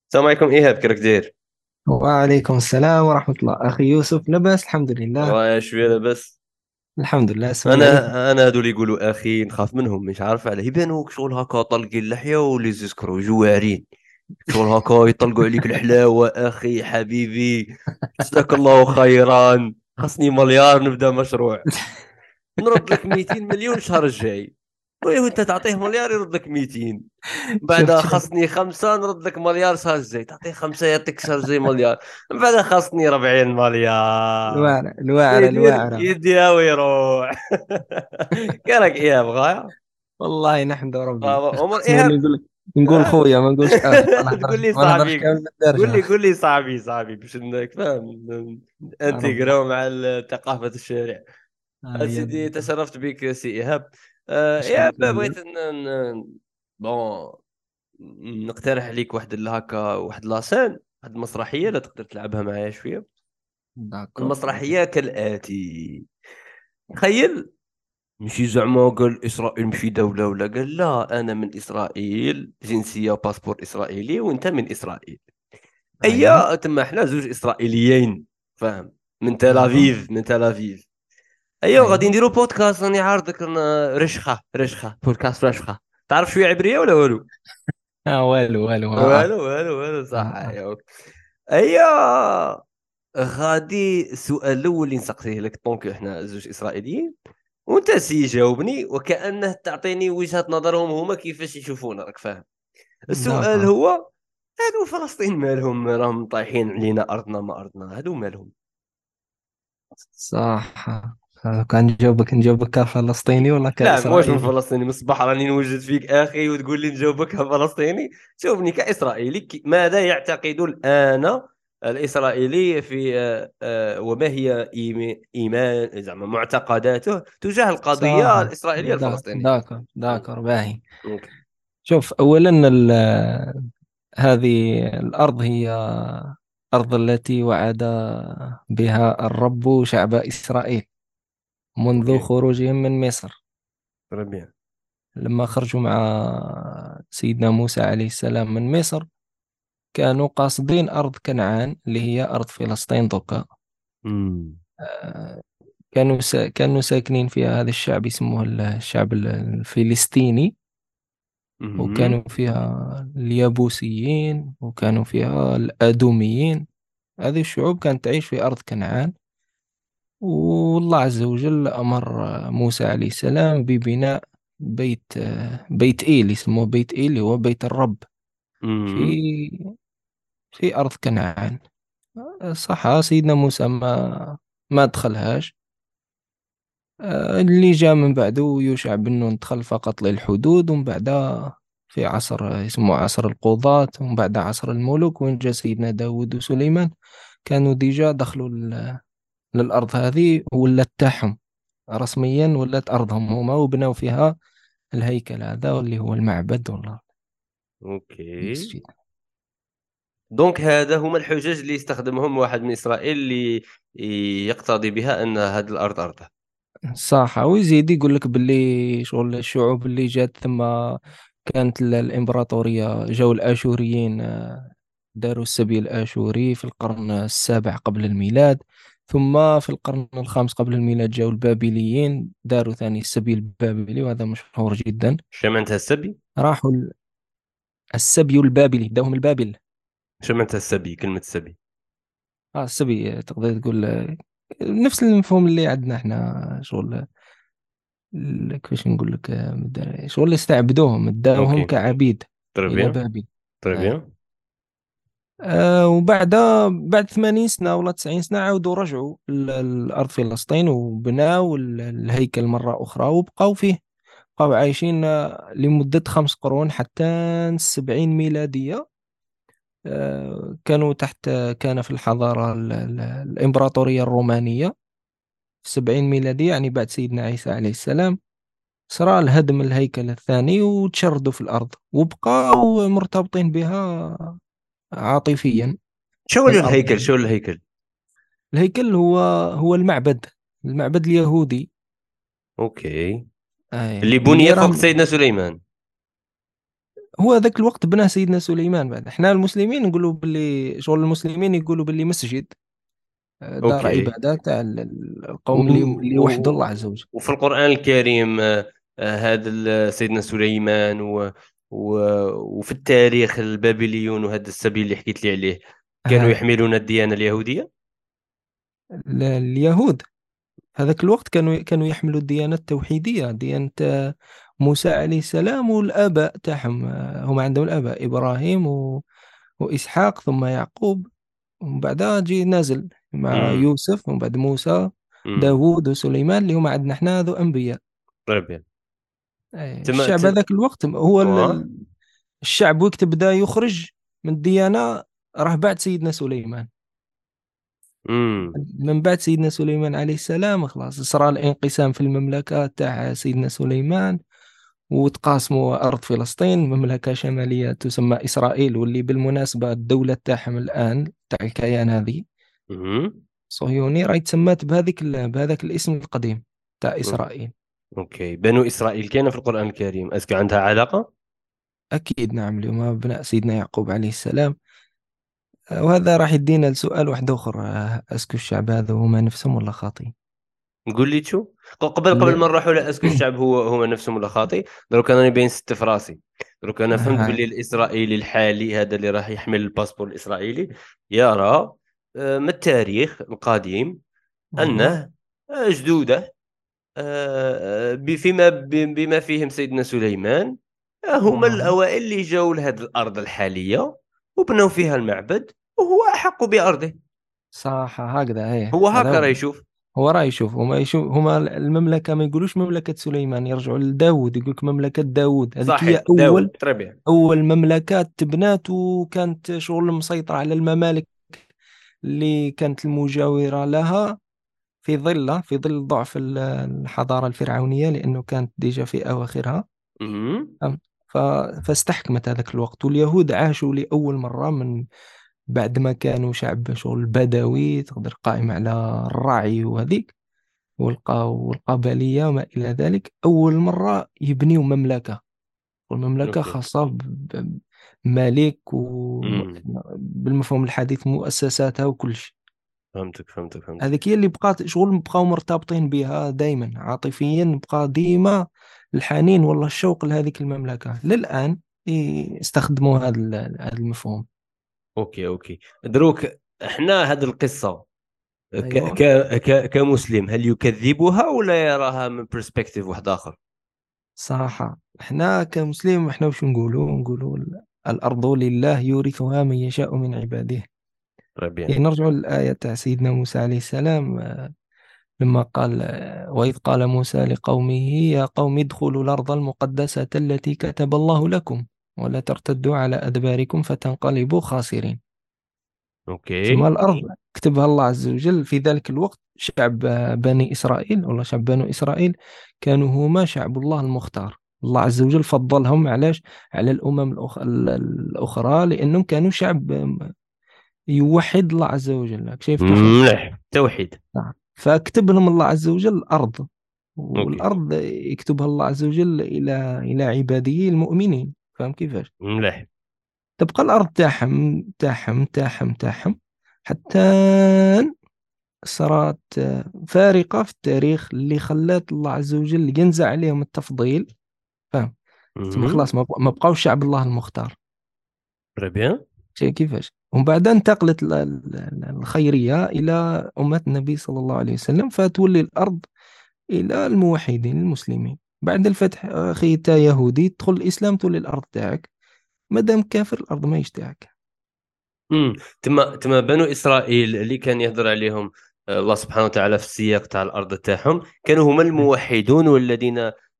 السلام عليكم ايهاب، كيراك داير؟ وعليكم السلام ورحمة الله أخي يوسف، لاباس الحمد لله. والله شويه لاباس. الحمد لله، سمي عليك. انا هادو اللي يقولوا اخي نخاف منهم، مش عارف علاه يبانوك شغل هكا طلقين اللحيه ولي زيسكرو جواعرين، شغل هكا يطلقوا عليك الحلاوه. اخي حبيبي جزاك الله خيرا، خصني مليار نبدا مشروع، نرد لك 200 مليون الشهر الجاي. وانت تعطيه مليار يرد لك 200. شفت بعدها شفت. خصني خمسة نرد لك مليار شهر الجاي، تعطيه خمسة يعطيك شهر الجاي مليار. من بعدها خصني 40 مليار. الواعرة الواعرة يدير الواعرة. يديها ويروح. كانك ايهاب غاية. والله نحمد ربي، عمر خصني نولي ايهاب. نقول ها. خويا، ما نقولش أخ، تقول لي ما نهضرش صاحبي. كامل قول بالدارجة. لي قول لي صاحبي باش فاهم ربي. انتيغراو مع ثقافة الشارع. يا سيدي تشرفت بك سي ايهاب. ايهاب شرف لي. بغيت بون نقترح عليك واحد هكا واحد لاسين، واحد المسرحية لا تقدر تلعبها معايا شوية. داكور. المسرحية كالآتي: تخيل مشي زعما قال إسرائيل مشي دولة، ولا قال لا أنا من إسرائيل، جنسية باسبور إسرائيلي وأنت من إسرائيل. أيوه. أيا تما حنا زوج إسرائيليين، فاهم؟ من تل أيوه. أبيب، من تل أبيب. أيا غادي أيوه. نديرو بودكاست، راني عارضك رشخة بودكاست رشخة. تعرف شوية عبرية ولا والو؟ والو والو والو صح. آه. أيوة. أيا غادي السؤال الاول اللي نسقسيه لك، طونك احنا زوج اسرائيليين وانت سي جاوبني وكانه تعطيني وجهة نظرهم هما كيفاش يشوفونا، راك فاهم؟ السؤال داكور. هو: هادو فلسطين مالهم؟ راهم طايحين علينا ارضنا ما ارضنا، هادو مالهم؟ صح. كان نجاوبك كفلسطيني ولا لا واش من كإسرائيلي؟ فلسطيني؟ من الصباح راني نوجد فيك اخي وتقول لي نجاوبك كفلسطيني. جاوبني كاسرائيلي. ماذا يعتقد الان الاسرائيلي في وما هي ايمان زعما معتقداته تجاه القضيه صح. الاسرائيليه الفلسطينيه؟ داكر باهي. اوكي. شوف، أولا هذه الأرض هي أرض التي وعد بها الرب شعب إسرائيل منذ اوكي. خروجهم من مصر. très bien. لما خرجوا مع سيدنا موسى عليه السلام من مصر، كانوا قاصدين أرض كنعان اللي هي أرض فلسطين دوكا. امم. كانوا ساكنين فيها هذا الشعب، يسموه الشعب الفلسطيني. امم. وكانوا فيها اليابوسيين، وكانوا فيها الأدوميين. هذه الشعوب كانت تعيش في أرض كنعان. والله عز وجل أمر موسى عليه السلام ببناء بيت بيت إيل، يسموه بيت إيل، اللي هو بيت الرب في امم. في أرض كنعان. صح، سيدنا موسى ما دخلهاش. اللي جاء من بعده يوشع بن نون دخل فقط للحدود، ومن بعدها في عصر اسمه عصر القضاة، ومن بعد عصر الملوك وين جاء سيدنا داود وسليمان، كانوا ديجا دخلوا للأرض هذه، ولات تاعهم رسميا، ولات أرضهم هما، وبنوا فيها الهيكل هذا اللي هو المعبد والله اوكي. المسجد. دونك هذا هما الحجج اللي يستخدمهم واحد من اسرائيل اللي يقتضي بها ان هذه الارض ارضه. صح، ويزيد يقول لك باللي شغل الشعوب اللي جات ثم كانت الإمبراطورية، جاو الآشوريين، داروا السبي الآشوري في القرن السابع قبل الميلاد. ثم في القرن الخامس قبل الميلاد جاءوا البابليين، داروا ثاني السبي البابلي، وهذا مشهور جدا. شو معناتها السبي؟ راحوا السبي البابلي، داهم البابل. شو معناتها السبي، كلمة السبي؟ السبي تقدر تقول نفس المفهوم اللي عندنا احنا، شغل كيفاش نقول لك، شغل استعبدوهم، داوهم اوكي. كعبيد تري إلى بيان. بابل. تري آه. بيان. وبعد بعد 80 سنة ولا 90 سنة عاودوا رجعوا الأرض فلسطين، وبناوا الهيكل مرة أخرى، وبقوا فيه، بقوا عايشين لمدة 5 قرون حتى 70 ميلادية. كانوا تحت، كان في الحضارة الإمبراطورية الرومانية. في 70 ميلادية يعني بعد سيدنا عيسى عليه السلام، صرا الهدم الهيكل الثاني، وتشردوا في الأرض، وبقوا مرتبطين بها عاطفيا. شو هو الأرض الهيكل؟ يعني. شو الهيكل؟ الهيكل هو المعبد اليهودي. اوكي. أي اللي بني اللي فوق راه سيدنا سليمان. هو ذاك الوقت بناه سيدنا سليمان. بعد احنا المسلمين نقولوا باللي شغل المسلمين يقولوا باللي مسجد، دار اوكي. عبادة تاع و... القوم اللي يوحدوا الله عز وجل. وفي القرآن الكريم هذا سيدنا سليمان و... وفي التاريخ البابليون وهذا السبيل اللي حكيت لي عليه كانوا ها يحملون الديانة اليهودية. اليهود هذاك الوقت كانوا يحملوا الديانة التوحيدية، ديانة موسى عليه السلام، والآباء تاعهم هم عندهم الآباء إبراهيم وإسحاق ثم يعقوب، ومن بعدها جي نازل مع امم. يوسف، ومن بعد موسى امم. داوود وسليمان اللي هم عندنا احنا ذو أنبياء. طيب يعني. تم الشعب تم هذاك الوقت هو و... الشعب وقت بدأ يخرج من الديانة راه بعد سيدنا سليمان. امم. من بعد سيدنا سليمان عليه السلام خلاص صار الانقسام في المملكة تاع سيدنا سليمان، وتقاسموا أرض فلسطين، مملكة شمالية تسمى إسرائيل، واللي بالمناسبة الدولة تاعهم الآن تاع الكيان هذه امم. صهيوني راهي تسمات بهذاك الاسم القديم تاع إسرائيل. اوكي، بنو اسرائيل كان في القرآن الكريم اسكو عندها علاقة؟ أكيد نعم، اليوم أبناء سيدنا يعقوب عليه السلام. وهذا راح يدينا لسؤال واحد آخر، أسكو الشعب هذا هما نفسهم ولا خاطئ؟ قول لي شو. قبل ما نروحوا لاسكو الشعب هو نفسه ولا خاطئ. دروك انا بين ست في راسي. دروك انا فهمت باللي هاي. الاسرائيلي الحالي هذا اللي راح يحمل الباسبور الاسرائيلي يرى من التاريخ القديم أيوه. انه جدوده بما فيهم سيدنا سليمان هم آه. الاوائل اللي جاوا لهذه الارض الحاليه وبنوا فيها المعبد، وهو احق بارضه. صح هكذا هي هو هذا هكا هو. راه يشوف. هو راه يشوف، هما المملكة ما يقولوش مملكة سليمان، يرجعوا لداود يقولك مملكة داود، هذيك هي صحيح، داود تربيع. أول مملكات تبنات، وكانت شغل مسيطرة على الممالك اللي كانت المجاورة لها، في ظل ضعف الحضارة الفرعونية، لأنه كانت ديجا في أواخرها. فهمت؟ ف- فاستحكمت هذاك الوقت، واليهود عاشوا لأول مرة من بعد ما كانوا شعب شغل بدوي تقدر قائم على الرعي وهذيك والقبلية وما إلى ذلك، أول مرة يبنيوا مملكة، والمملكة اوكي. خاصة بملك امم. وبالمفهوم الحديث مؤسساتها وكل شيء. فهمتك. هذيك هي اللي بقات شغل بقاو مرتبطين بها دائما عاطفيا، بقى ديما الحنين والله الشوق لهذيك المملكة للآن، يستخدموا هذا المفهوم. اوكي دروك احنا هذه القصة أيوه. كمسلم هل يكذبها ولا يراها من برسبكتيف واحد اخر؟ صراحة احنا كمسلم احنا وش نقولوا الأرض لله يورثها من يشاء من عباده. ربيع. يعني نرجع للآية تاع سيدنا موسى عليه السلام، لما قال وإذ قال موسى لقومه يا قوم ادخلوا الأرض المقدسة التي كتب الله لكم ولا ترتدوا على أدباركم فتنقلبوا خاسرين. ثم اوكي. الأرض كتبها الله عز وجل في ذلك الوقت. شعب بني إسرائيل والله شعب بنو إسرائيل كانوا هما شعب الله المختار. الله عز وجل فضلهم علاش على الأمم الأخرى، لأنهم كانوا شعب يوحد الله عز وجل. شايف كيفاش؟ مليح توحيد. نعم. فكتب لهم الله عز وجل الأرض، اوكي. والأرض يكتبها الله عز وجل إلى عباده المؤمنين. فاهم كيفاش؟ مليح. تبقى الأرض تاعهم حتى صارت فارقة في التاريخ اللي خلات الله عز وجل ينزع عليهم التفضيل. فاهم؟ ثم مهم. خلاص ما بقاوش شعب الله المختار. ربيع. شيء كيفاش؟ ومن بعد انتقلت الخيرية إلى أمة النبي صلى الله عليه وسلم، فتولي الأرض إلى الموحدين المسلمين. بعد الفتح أخي تا يهودي تدخل الإسلام تولي الأرض تاعك، مادام كافر الأرض ما تاعك. تما بنو اسرائيل اللي كان يهضر عليهم الله سبحانه وتعالى في السياق تاع الارض تاعهم كانوا هما الموحدون والذين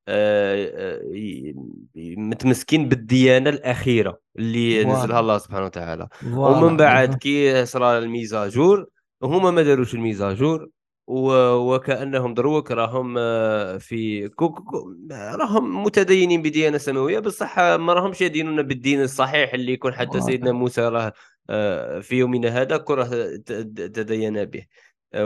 متمسكين بالديانه الاخيره اللي نزلها فوالا. الله سبحانه وتعالى. ومن فوالا بعد بالضبط. كي صرا الميزاجور هما ما داروش الميزاجور. وكانهم دروك راهم في راهم متدينين بديانه سماويه، بصح ما راهمش يدينون بالدين الصحيح اللي يكون حتى سيدنا فوالا. موسى راه في يومنا هذا كره تدين به.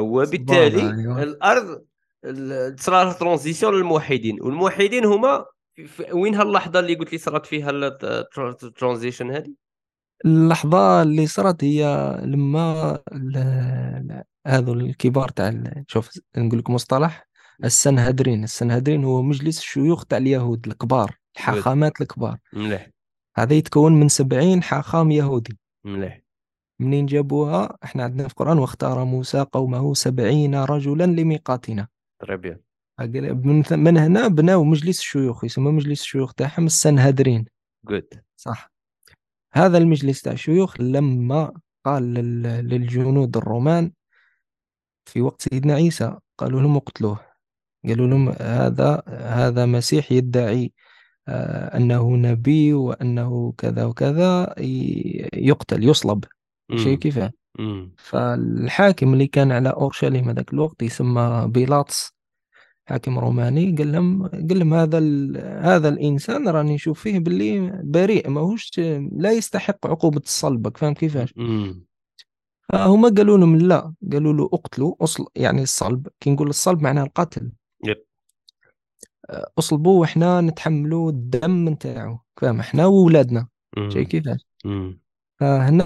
فوالا وبالتالي أيوه. الارض صار لها ترانزيسيون للموحدين، والموحدين هما وين هاللحظه اللي قلت لي صارت فيها الترانزيشن هذه؟ اللحظة اللي صارت هي لما هذو الكبار تاع شوف نقول لك مصطلح السنهدرين. السنهدرين هو مجلس الشيوخ تاع اليهود الكبار، جود. الحاخامات الكبار. مليح. هذا يتكون من 70 حاخام يهودي. مليح. منين جابوها؟ احنا عندنا في القرآن واختار موسى قومه 70 رجلا لميقاتنا. تري بيان. من هنا بناو مجلس الشيوخ، يسمى مجلس الشيوخ تاعهم السنهدرين. جود. صح. هذا المجلس تاع الشيوخ لما قال للجنود الرومان في وقت سيدنا عيسى، قالوا لهم اقتلوه. قالوا لهم هذا مسيح يدعي أنه نبي وأنه كذا وكذا، يقتل يصلب. شيء امم. كيف. امم. فالحاكم اللي كان على أورشليم هذاك الوقت يسمى بيلاطس، حاكم روماني، قال لهم هذا الإنسان راني نشوف فيه باللي بريء، ماهوش لا يستحق عقوبة الصلب. فاهم كيفاش؟ امم. هما قالوا لهم لا، قالوا له اقتلوا يعني الصلب، كي نقول الصلب معناه القتل. يب. اصلبوا وإحنا نتحملوا الدم نتاعو، فاهم، إحنا وولادنا. شيء امم. كيفاش. امم. فهنا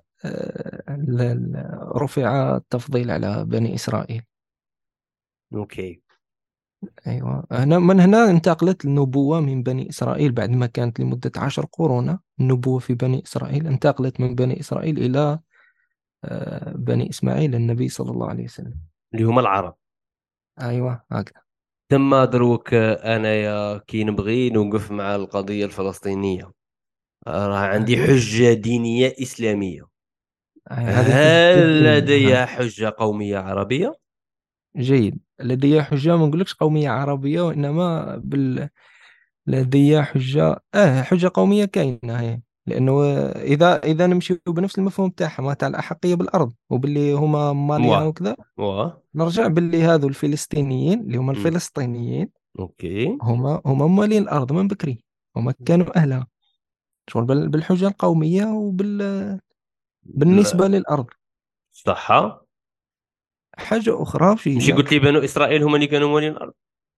رفع التفضيل على بني إسرائيل. اوكي. أيوة، هنا من هنا انتقلت النبوة من بني إسرائيل، بعد ما كانت لمدة 10 قرون النبوة في بني إسرائيل، انتقلت من بني إسرائيل إلى بني إسماعيل النبي صلى الله عليه وسلم. اللي هما العرب. أيوة هكذا. تما دروك انايا كي نبغي نوقف مع القضيه الفلسطينيه، راه عندي أيوة. حجه دينيه اسلاميه. هذه حجة هل دينية. لدي حجه قوميه عربيه؟ جيد. لدي حجة، ما نقولكش قومية عربية، وإنما لدي حجة حجة قومية كاينة هي. لأنه إذا نمشي بنفس المفهوم تاعها، ما تاع الأحقية بالأرض وباللي هما ماليها واه. وكذا، واه. نرجع باللي هذو الفلسطينيين اللي هما امم. الفلسطينيين اوكي. هما مالين الأرض من بكري، هما كانوا أهلها. شغل بالحجة القومية بالنسبة للأرض. صح. حاجة أخرى في ماشي قلت هناك. لي بنو اسرائيل هما اللي كانوا موالين الارض؟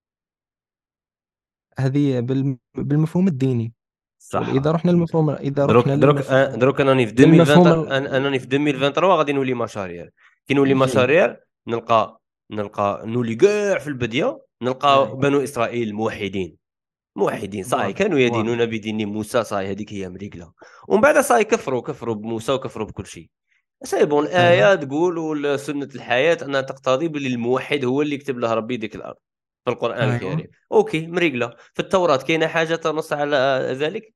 هذه بالمفهوم الديني. شغل صح. إذا دروك رحنا دروك للمفهوم دروك انني في 2020، للمفهوم انني في 2023 غادي نولي مشاريع. كي نولي جيد. مشاريع نلقى نولي كاع في البديه نلقى أي. بنو اسرائيل موحدين. موحدين صاي فوالا كانوا فوالا. يدينون بدين موسى، صاي هذيك هي مريقله. ومن بعد صاي كفروا بموسى وكفروا بكل شيء. سي بون أيوة. الآية تقول سنة الحياة أنها تقتضي باللي الموحد هو اللي يكتب له ربي ديك الأرض في القرآن أيوة. الكريم. أوكي مريقلة في التوراة كاينة حاجة تنص على ذلك؟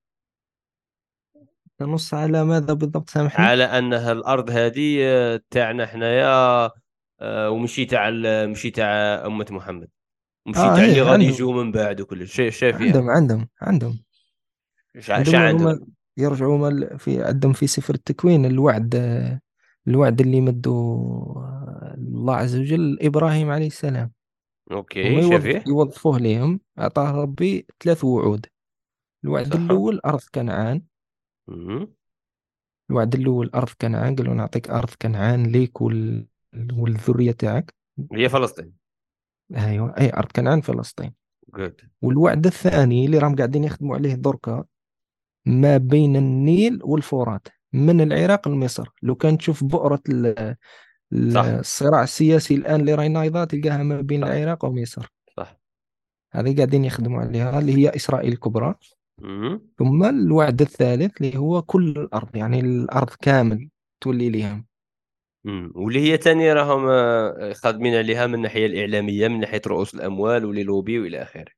نص على ماذا بالضبط؟ سامحني. على أنها الأرض هذه تاعنا حنايا، ومشي تاع مشي تاع أمة محمد، مشي تاع اللي هي غادي عندهم. يجوا من بعد وكل شيء فيها. عندهم شا عندهم عندهم. هما يرجعوا عندهم في سفر التكوين الوعد اللي مدوا الله عز وجل إبراهيم عليه السلام. أوكي هما شافيه. يوظفوه لهم، أعطاه ربي 3 وعود. الوعد صح. الأول أرض كنعان. مم. الوعد الأول أرض كنعان، قالوا نعطيك أرض كنعان ليك والذرية تاعك. هي فلسطين. أيوة، أي أرض كنعان فلسطين. جود. والوعد الثاني اللي راهم قاعدين يخدموا عليه دركا، ما بين النيل والفرات، من العراق لمصر. لو كان تشوف بؤرة صح. الصراع السياسي الآن اللي راهي نايضة، تلقاها ما بين صح. العراق ومصر. صح. هذه قاعدين يخدموا عليها، اللي هي إسرائيل الكبرى. مم. ثم الوعد الثالث اللي هو كل الأرض، يعني الأرض كامل تولي لهم. واللي هي تاني راهم خادمين عليها من الناحية الإعلامية، من ناحية رؤوس الأموال ولي لوبي وإلى آخره.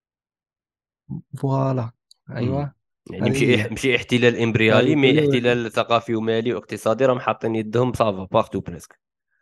فوالا. امم. أيوة. يعني هذه هي. مشي احتلال إمبريالي، مي فيقولوا احتلال ثقافي ومالي واقتصادي راهم حاطين يدهم صافا بارتو بريسك.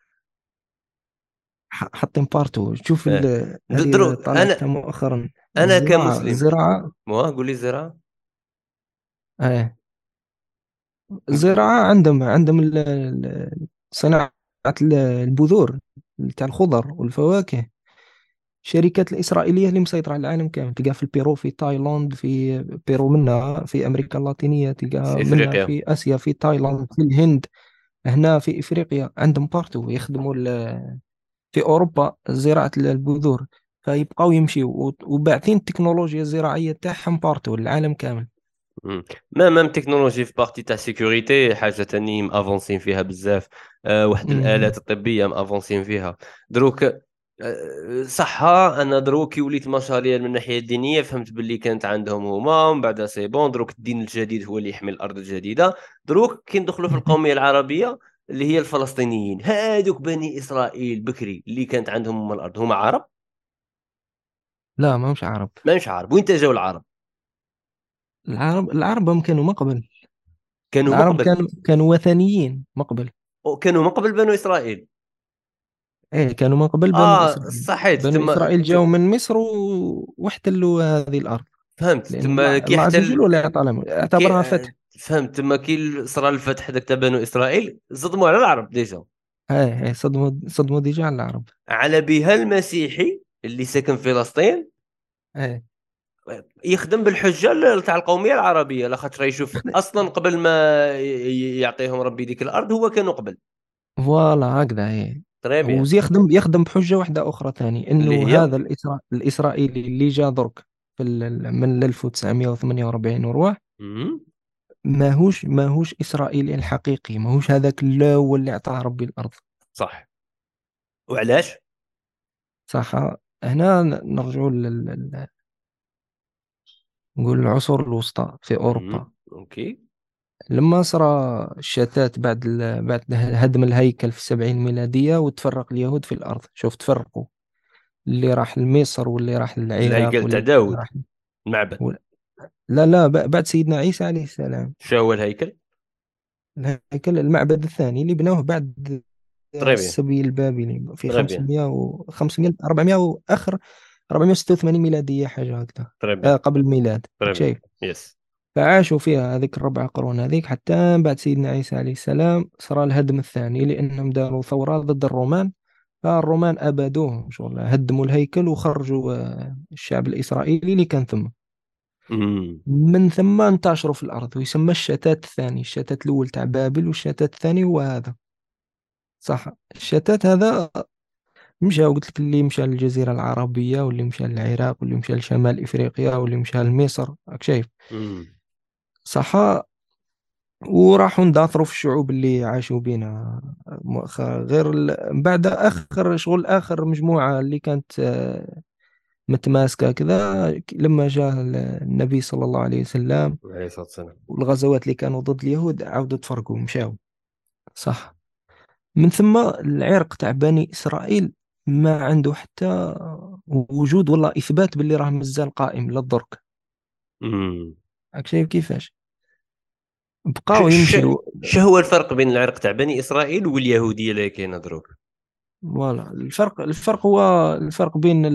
حاطين بارتو. شوف اه. هذه دروك طلعتها مؤخرا. أنا كمسلم، الزراعة. قول لي الزراعة. آه. الزراعة عندهم صناعة البذور تاع الخضر والفواكه. الشركات الإسرائيلية اللي مسيطرة على العالم كامل، تلقاها في البيرو، في تايلاند، في بيرو منها في أمريكا اللاتينية، تلقاها في منها إفريقيا. في آسيا، في تايلاند، في الهند، هنا في إفريقيا. عندهم بارتو يخدموا في أوروبا زراعة البذور. فيبقاو يمشيو وباعثين التكنولوجيا الزراعية تاعهم بارتو العالم كامل. مم. ميم تكنولوجي في بارتي تاع سيكوريتي حاجه تاني مافونسين فيها بزاف. واحد مم. الالات الطبيه مافونسين فيها دروك. صح، انا دروك كي وليت مشاريع من الناحيه الدينيه فهمت باللي كانت عندهم هما، ومن بعد سي بون دروك الدين الجديد هو اللي يحمي الارض الجديده. دروك كي ندخلوا في مهم. القوميه العربيه اللي هي الفلسطينيين، هادوك بني اسرائيل بكري اللي كانت عندهم هما الارض، هما عرب؟ لا ما مش عرب. ماهمش عرب، وين جاوا العرب؟ العرب هم كانوا مقبل. كانوا العرب مقبل. كانوا وثنيين مقبل. كانوا مقبل بنو اسرائيل. ايه كانوا مقبل بنو اه اسرائيل. صحيت بنو تما. اسرائيل جاوا من مصر واحتلوا هذه الارض. فهمت لان تما كي الله عز حتى وجل ولا يعطى لهم، كي اعتبرها فتح. فهمت تما كي صرا الفتح داك تاع بنو اسرائيل صدموا على العرب ديجا. ايه صدموا ديجا على العرب. على بها المسيحي اللي ساكن في فلسطين ايه يخدم بالحجه تاع القوميه العربيه، لاخاطش راه يشوف اصلا قبل ما يعطيهم ربي ديك الارض هو كانوا قبل. فوالا هكذا ايه. تري بيان. يخدم بحجة واحدة أخرى ثاني، اللي إنه هي. هذا الإسرائيلي اللي جا درك من 1948 وروح، مم. ماهوش إسرائيلي الحقيقي، ماهوش هذاك هو اللي أعطاه ربي الأرض. صح. وعلاش؟ صح. هنا نرجع نقول العصور الوسطى في أوروبا. اوكي. لما صار الشتات بعد هدم الهيكل في 70 ميلادية، وتفرق اليهود في الأرض. شوف تفرقوا، اللي راح لمصر واللي راح للعراق الهيكل تاع واللي داود. راح. المعبد. لا لا، بعد سيدنا عيسى عليه السلام. شو هو الهيكل؟ الهيكل المعبد الثاني اللي بنوه بعد تري بيان. السبي البابلي في تري بيان. 500 و 500 400 وآخر 486 ميلادية حاجة هكذا. تري بيان. قبل الميلاد. تري راك بيان. شايف. يس. فعاشوا فيها هذيك الربع قرون هذيك حتى بعد سيدنا عيسى عليه السلام صار الهدم الثاني، لأنهم داروا ثورة ضد الرومان. فالرومان أبادوهم شغل، هدموا الهيكل وخرجوا الشعب الإسرائيلي اللي كان ثم. امم. من ثم انتشروا في الأرض، ويسمى الشتات الثاني. الشتات الأول تاع بابل، والشتات الثاني هو هذا. صح. الشتات هذا مشى، قلت لك اللي مشى للجزيرة العربية، واللي مشى للعراق، واللي مشى لشمال إفريقيا، واللي مشى لمصر. راك شايف. امم. صح. وراحوا نداثروا في الشعوب اللي عاشوا بينا. غير بعد آخر شغل، آخر مجموعة اللي كانت متماسكة كذا، لما جاء النبي صلى الله عليه وسلم، عليه الصلاة والسلام. والغزوات اللي كانوا ضد اليهود عاودوا تفرقوا مشاو. صح. من ثم العرق تاع بني إسرائيل ما عنده حتى وجود ولا إثبات باللي راه مازال قائم للدرك. امم. راك شايف كيفاش ش بقاو ش يمشيو. شو هو الفرق بين العرق تاع بني إسرائيل واليهودية اللي كاينة دروك؟ فوالا الفرق هو الفرق بين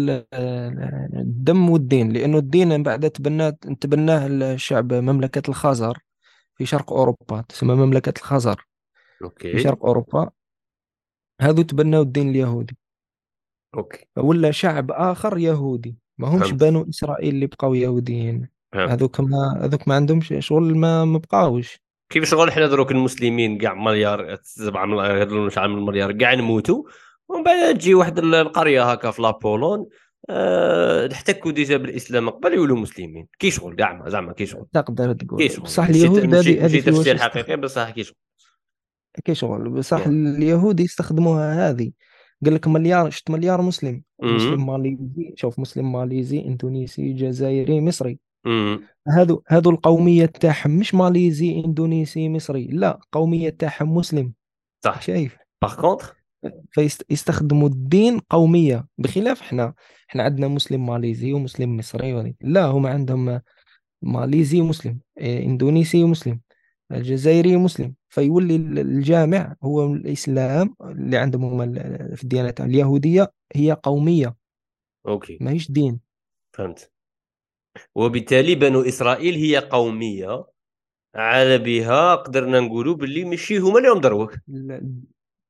الدم والدين، لأنه الدين من بعد تبناه الشعب مملكة الخزر في شرق أوروبا، تسمى مملكة الخزر في اوكي. شرق أوروبا. هذو تبنوا الدين اليهودي، اوكي. ولا شعب آخر يهودي، ما همش فهمت. بنو إسرائيل اللي بقاو يهوديين. فهمت. هذوك ما عندهمش شغل، ما بقاوش. كيف شغل حنا دروك المسلمين كاع مليار 7 مليار هذول مش عامل مليار كاع نموتوا، ومن بعد تجي واحد القرية هكا في لابولون احتكوا ديجا بالإسلام قبل يولوا مسلمين. كي شغل كاع زعما كي شغل. تقدر كي تقول شغل بصح ماشي اليهود هذه ماشي في واش تفسير حقيقي بصح كي شغل. كي شغل بصح يا. اليهود يستخدموها هذه. قال لك مليار، شت مليار مسلم. امم. مسلم ماليزي، شوف مسلم ماليزي اندونيسي جزائري مصري. امم. هذو القومية تاعهم مش ماليزي اندونيسي مصري، لا قومية تاعهم مسلم. صح. شايف. باغ كونتخ. فيستخدموا الدين قومية، بخلاف احنا عندنا مسلم ماليزي ومسلم مصري لا هم عندهم ماليزي مسلم، اندونيسي مسلم، الجزائري مسلم. فيولي الجامع هو الإسلام اللي عندهم هم في الديانة اليهودية هي قومية، اوكي. ما هيش دين. فهمت. وبالتالي بنو إسرائيل هي قومية على بها قدرنا نقولوا باللي ماشي هما اللي دروك. ال-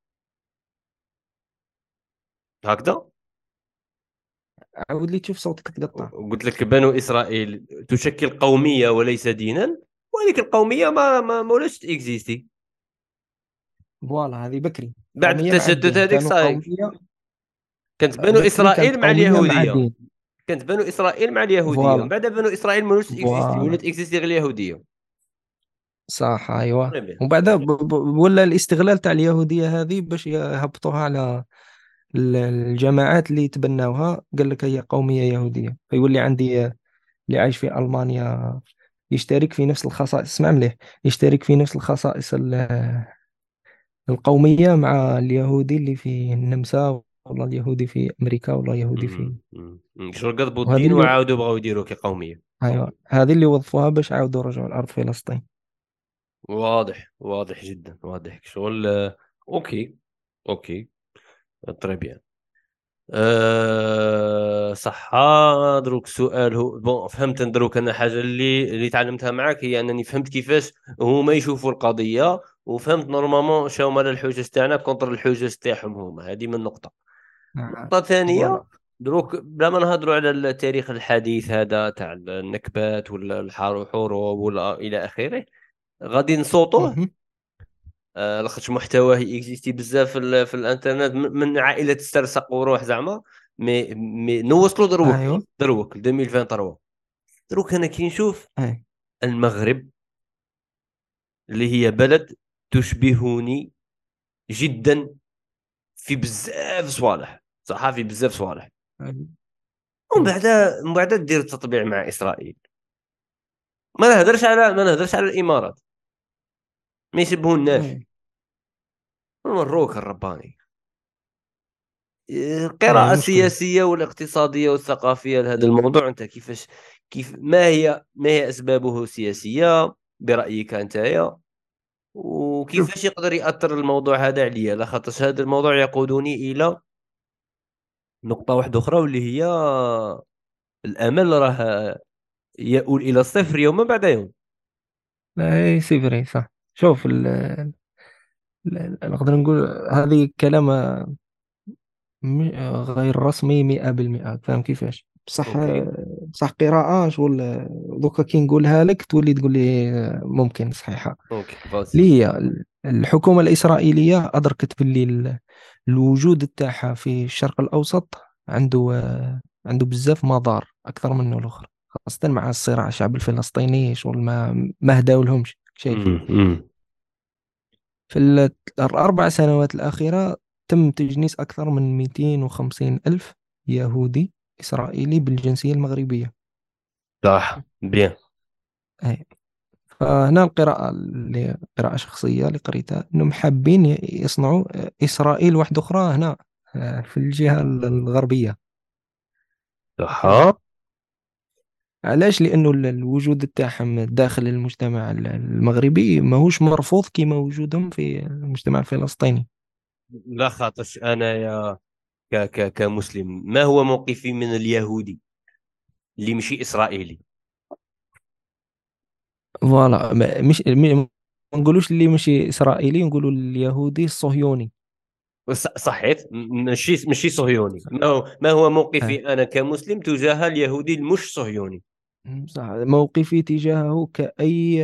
هكذا. عاود لي تشوف صوتك تقطع. قلت لك بنو إسرائيل تشكل قومية وليس دينا، وهذيك القومية ما ولاش اكزيستي فوالا هذه بكري. بعد قومية مع التشتت الدين هذيك كانوا صايك. قومية. كانت بنو بكري كانت اسرائيل مع قومية مع اليهوديه. دين. كانت بنو اسرائيل مع اليهوديه، من فوالا بعد بنو اسرائيل ما ولاتش اكزيستي، فوالا ولات اكزيستي غير اليهوديه. صح ايوه. تري بيان ومن بعد تري بيان. ولا الاستغلال تاع اليهودية هذه باش يهبطوها على الجماعات اللي تبناوها، قال لك هي قومية يهودية، فيولي عندي اللي عايش في ألمانيا يشترك في نفس الخصائص، اسمع مليح، يشترك في نفس الخصائص القومية مع اليهودي اللي في النمسا، ولا اليهودي في أمريكا، ولا اليهودي في. شغل قضبوا وهذه الدين اللي وعاودوا بغاو يديروا كقوميه. أيوة هذه اللي وظفوها باش عاودوا رجعوا الأرض فلسطين. واضح، واضح جدا، واضح شغل. اوكي، اوكي، تري بيان. صح. دروك السؤال هو بون، فهمت دروك. انا حاجه اللي تعلمتها معك هي انني فهمت كيفاش هما يشوفوا القضيه، وفهمت نورمالمون شنو هما الحجج تاعنا كونتر الحجج تاعهم هما. هذه من نقطه. نقطه ثانيه، فوالا. دروك بلا ما نهضروا على التاريخ الحديث هذا تاع النكبات ولا الحروب ولا الى اخره، غادي نصوتوه. مهم. لاخاطش محتواه اكزيستي بزاف في الانترنت، من عائله السرسق وروح زعما. مي نوصلوا دروك، أيوة. دروك 2023. دروك انا كي نشوف أي. المغرب، اللي هي بلد تشبهني جدا في بزاف صوالح، صح، في بزاف صوالح. أي. ومن مم. بعد من بعد دير التطبيع مع اسرائيل. ما نهضرش على الامارات، ما يشبهوناش. أي. المروك الرباني، أي القراءة مشكلة. السياسية والاقتصادية والثقافية لهذا الموضوع. أنت كيفاش، ما هي أسبابه سياسية برأيك أنت؟ شوف. وكيفاش يقدر يأثر الموضوع هذا عليا؟ لخاطر هذا الموضوع يقودني إلى نقطة واحدة أخرى، واللي هي الأمل راه يؤول إلى الصفر يوما بعد يوم. لا هي سي فري صح. شوف نقدر نقول هذه كلام غير رسمي 100%، فاهم كيفاش؟ بصح أوكي. بصح قراءة شغل دوكا كي نقولها لك تولي تقول لي ممكن صحيحة. أوكي فاسي. اللي هي الحكومة الإسرائيلية أدركت باللي الوجود تاعها في الشرق الأوسط عنده بزاف مضار أكثر منه الأخرى، خاصة مع الصراع الشعب الفلسطيني شغل ما هداو لهمش شايف. أمم. في الأربع سنوات الأخيرة تم تجنيس أكثر من 250 ألف يهودي إسرائيلي بالجنسية المغربية. صح بيان. أي. فهنا القراءة اللي قراءة شخصية اللي قريتها أنهم حابين يصنعوا إسرائيل واحدة أخرى هنا في الجهة الغربية. صح. فهمت؟ علاش؟ لأنه الوجود تاعهم داخل المجتمع المغربي ماهوش مرفوض كما وجودهم في المجتمع الفلسطيني. لا خاطرش أنا كمسلم، ما هو موقفي من اليهودي اللي مشي إسرائيلي؟ فوالا مش ما نقولوش اللي ماشي إسرائيلي، نقولوا اليهودي الصهيوني. صحيت. مشي صهيوني. ما هو آه. موقفي أنا كمسلم تجاه اليهودي المش صهيوني؟ صح. موقفي تجاهه كأي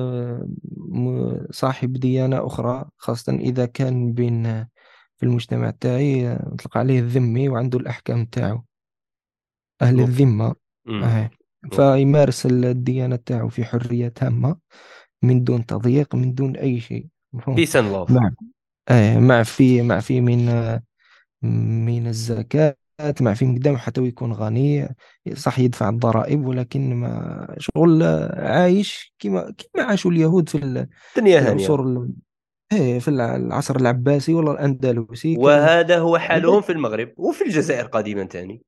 صاحب ديانة أخرى، خاصة إذا كان بين في المجتمع تاعي نطلق عليه الذمي وعنده الأحكام تاعو، أهل أوكي. الذمة. امم. آه. أوكي. فيمارس الديانة تاعو في حرية تامة، من دون تضييق، من دون أي شيء، مفهوم؟ بيس اند لاف. مع معفي من الزكاة، معفي من قدام حتى ويكون غني. صح يدفع الضرائب، ولكن ما شغل عايش كما عاشوا اليهود دنيا في هانية. العصور في العصر العباسي ولا الأندلسي كانوا. وهذا هو حالهم في المغرب وفي الجزائر قديما تاني.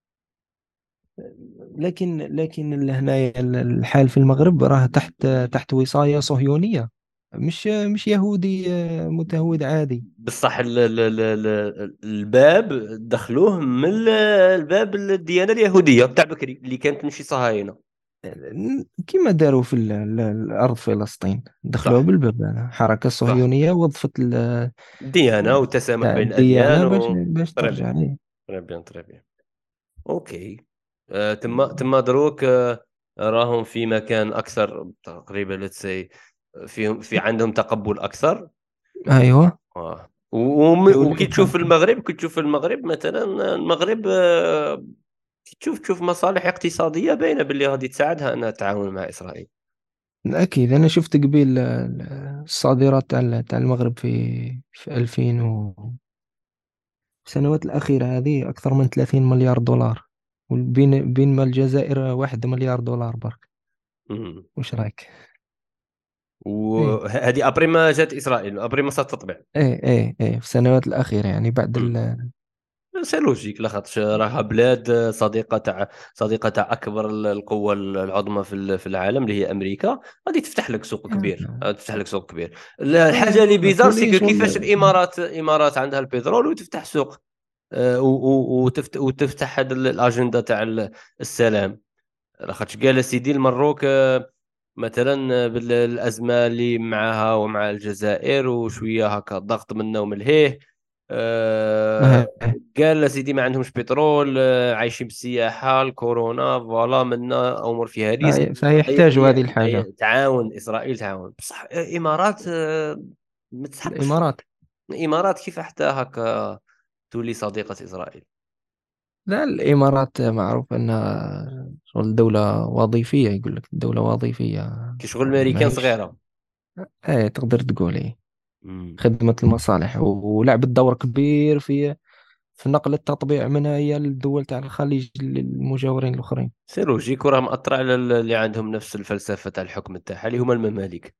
لكن هنايا الحال في المغرب راه تحت وصاية صهيونية، مش يهودي متهود عادي. بصح الباب دخلوه من الباب الديانة اليهودية تاع بكري اللي كانت تمشي صهاينة. كما داروا في الأرض فلسطين، دخلوها صح. بالباب. الحركة صح. الصهيونية وظفت الديانة والتسامح تاع بين الأديان الديانة باش تري ترجع بيان. ليه. تري بيان تري بيان. اوكي. تما دروك راهم في مكان اكثر تقريبا، لتس سي، في عندهم تقبل اكثر. أيوة. آه. دولة وكي تشوف المغرب، كي تشوف المغرب مثلا، المغرب كي تشوف مصالح اقتصادية باينة باللي غادي تساعدها انها تتعاون مع اسرائيل. أكيد. أنا شفت قبيل الصادرات تاع المغرب في 2000 السنوات الأخيرة هذه أكثر من 30 مليار دولار، بينما الجزائر 1 مليار دولار برك. مم. وش رايك؟ إيه وهذه ابري ما جات اسرائيل، ابري ما ستطبع. إيه في السنوات الأخيرة يعني بعد سي لوجيك، لاخاطش راها بلاد صديقه تاع اكبر القوه العظمى في العالم اللي هي امريكا، غادي تفتح لك سوق كبير، غادي تفتح لك سوق كبير. الحاجه اللي بيزار سي تولي كيفاش شغل. الامارات عندها البترول وتفتح سوق، وتفتح هذا الاجنده تاع السلام. لاخاطش قال سيدي المروك مثلا بالازمه اللي معها ومع الجزائر وشويه هكا ضغط منا ومن لهيه، آه، قال سيدي ما عندهمش بترول، عايشين بالسياحه، الكورونا فوالا منا امور فيها ريسك. فيحتاجوا هذه الحاجة. تعاون اسرائيل، تعاون بصح الامارات ما تسحقش. الإمارات، الامارات كيف حتى هكا تولي صديقه اسرائيل؟ لا الإمارات معروف أنها شغل دولة وظيفية، يقول لك دولة وظيفية. كشغل ما امريكان هيش. صغيره. تقدر تقول مم. خدمة المصالح، ولعبت دور كبير في نقل التطبيع منها هي للدول تاع الخليج للمجاورين الآخرين. سي لوجيك، وراه مأثر على اللي عندهم نفس الفلسفة تاع الحكم تاعها اللي هما المماليك.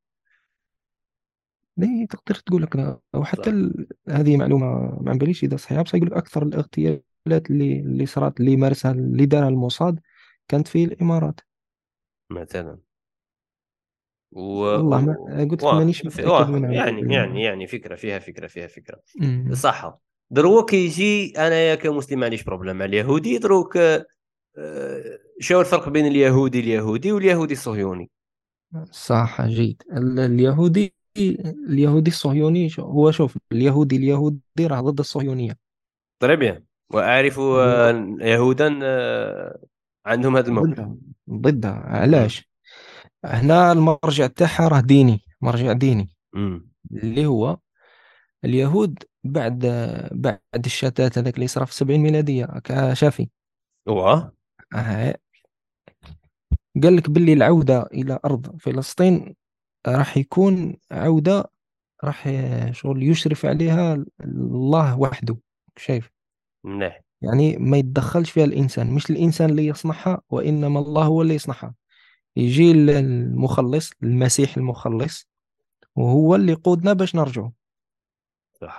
ليه تقدر تقول لك وحتى صح. هذه معلومة ما عن باليش إذا صحيحة، بس يقول لك أكثر الاغتيالات اللي صارت، اللي مارسها اللي دارها الموساد كانت في الإمارات. مثلا و... والله ما قلت لك مانيش متأكد من هذه المعلومة. يعني فكرة فيها، فكرة أمم. صح. دروك يجي انايا كمسلم ما عنديش بروبليم مع اليهودي، دروك شو الفرق بين اليهودي واليهودي الصهيوني؟ صح جيد. اليهودي الصهيوني هو شوف، اليهودي راه ضد الصهيونية. طيب بيان، واعرف اليهود يهودا عندهم هذا الموقف. ضدها امم. علاش؟ هنا المرجع تاعها راه ديني، مرجع ديني، امم. اللي هو اليهود بعد الشتات هذاك اللي صرا في 70 ميلادية شافي. واه. آه، قال لك باللي العودة إلى أرض فلسطين راح يكون عودة، راح شغل يشرف عليها الله وحده. شايف؟ مليح. يعني ما يتدخلش فيها الإنسان، مش الإنسان اللي يصنعها وإنما الله هو اللي يصنعها. يجي المخلص، المسيح المخلص، وهو اللي يقودنا باش نرجعوا. صح.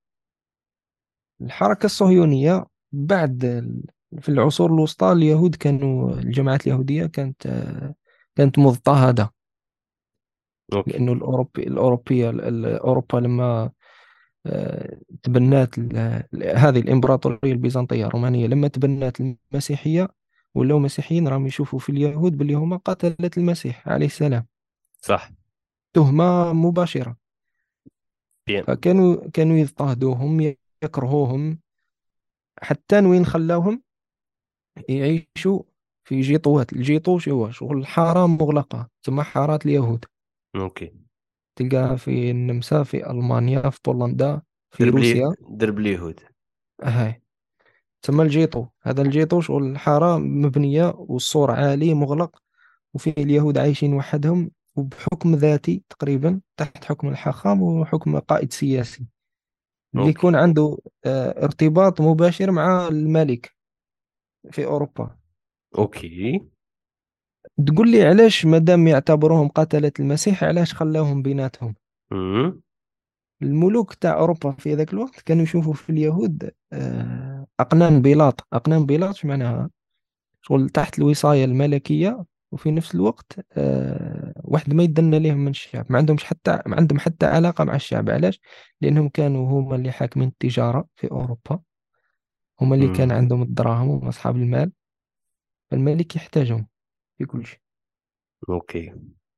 الحركة الصهيونية بعد في العصور الوسطى اليهود كانوا، الجماعات اليهودية كانت مضطهدة، اوكي. لأنه أوروبا لما تبنات هذه الإمبراطورية البيزنطية الرومانية، لما تبنات المسيحية ولاو مسيحيين راهم يشوفوا في اليهود باللي هما قتلة المسيح عليه السلام، صح. تهمة مباشرة. بيان. فكانوا يضطهدوهم، يكرهوهم، حتى وين خلاوهم يعيشوا في جيطوات. الجيطو شو هو؟ شغل حارة مغلقة تسمى حارات اليهود، اوكي. تلقاها في النمسا، في ألمانيا، في بولندا، في درب لي روسيا. درب اليهود. هاي تسمى الجيطو. هذا الجيطو شغل حارة مبنية والسور عالي مغلق، وفيه اليهود عايشين وحدهم وبحكم ذاتي تقريبا تحت حكم الحاخام وحكم قائد سياسي اللي اوكي. يكون عنده ارتباط مباشر مع الملك في أوروبا. اوكي. تقول لي علاش مادام يعتبروهم قتلة المسيح علاش خلاهم بيناتهم؟ امم. الملوك تاع أوروبا في ذاك الوقت كانوا يشوفوا في اليهود أقنان بيلاط. أقنان بيلاط شو معناها؟ شغل تحت الوصاية الملكية، وفي نفس الوقت واحد ما يدنا ليهم من الشعب، ما عندهم حتى علاقة مع الشعب. علاش؟ لأنهم كانوا هما اللي حاكمين التجارة في أوروبا، هما اللي كان امم. عندهم الدراهم، هما أصحاب المال، فالملك يحتاجهم في كل شيء. اوكي.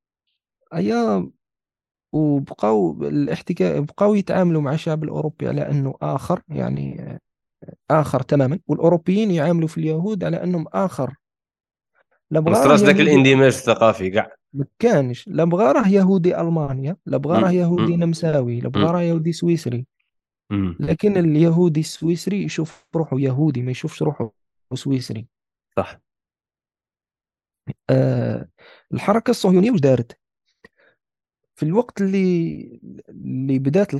أيا وبقوا الاحتكاك، بقوا يتعاملوا مع الشعب الأوروبي على أنه آخر، يعني آخر تماما، والأوروبيين يعاملوا في اليهود على أنهم آخر. لا ما بغى راه صراش ذاك يهودي، الاندماج الثقافي كاع. ما كانش. لا بغى راه يهودي ألمانيا، لا بغى راه يهودي أمم. نمساوي، لا بغى أمم. راه يهودي سويسري. امم. لكن اليهودي السويسري يشوف روحه يهودي، ما يشوفش روحه سويسري. صح. آه الحركة الصهيونية وش دارت في الوقت اللي بدأت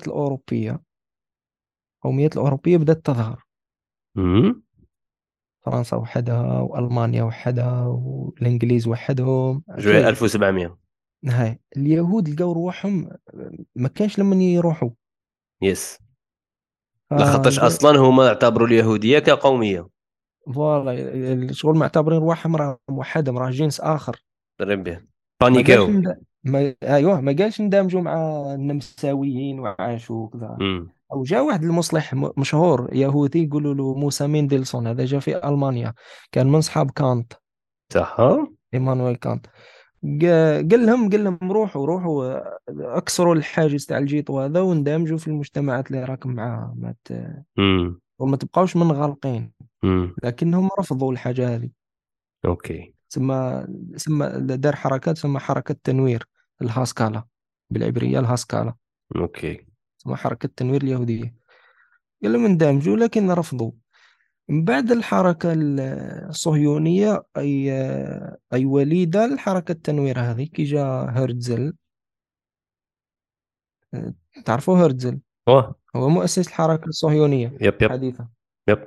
القوميات الأوروبية بدأت تظهر. امم. فرنسا وحدها وألمانيا وحدها والإنجليز وحدهم جوي هكايا. 1700. هاي اليهود لقوا روحهم ما كانش لما يروحوا. يس. لخطش فقال اصلا هما اعتبروا اليهوديه كقوميه. فوالا الشغل معتبرين روحهم راه موحدهم، راه جنس آخر. ربي. ما قالش بانيكاو. ما ايوه ما قالش ندمجوا مع النمساويين وعاشوا كذا. امم. او جاء واحد المصلح مشهور يهودي يقولوا له موسى ميندلسون، هذا جاء في المانيا، كان من اصحاب كانت، صح. ايمانويل كانت. قال لهم روحوا اكسروا الحاجز تاع الجيتو هذا واندمجوا في المجتمعات اللي راكم معاها، امم. وما تبقاوش منغلقين. امم. لكنهم رفضوا الحاجة هذه. اوكي. سمى دار حركات، سمى حركة تنوير الهاسكالا، بالعبرية الهاسكالا، اوكي. سمى حركة تنوير اليهودية. قال لهم اندمجوا لكن رفضوا. من بعد الحركة الصهيونية أي وليدة الحركة التنوير هذه كي جاء هرتزل. تعرفوا هرتزل؟ اوه. هو مؤسس الحركة الصهيونية يب يب. الحديثة. يب.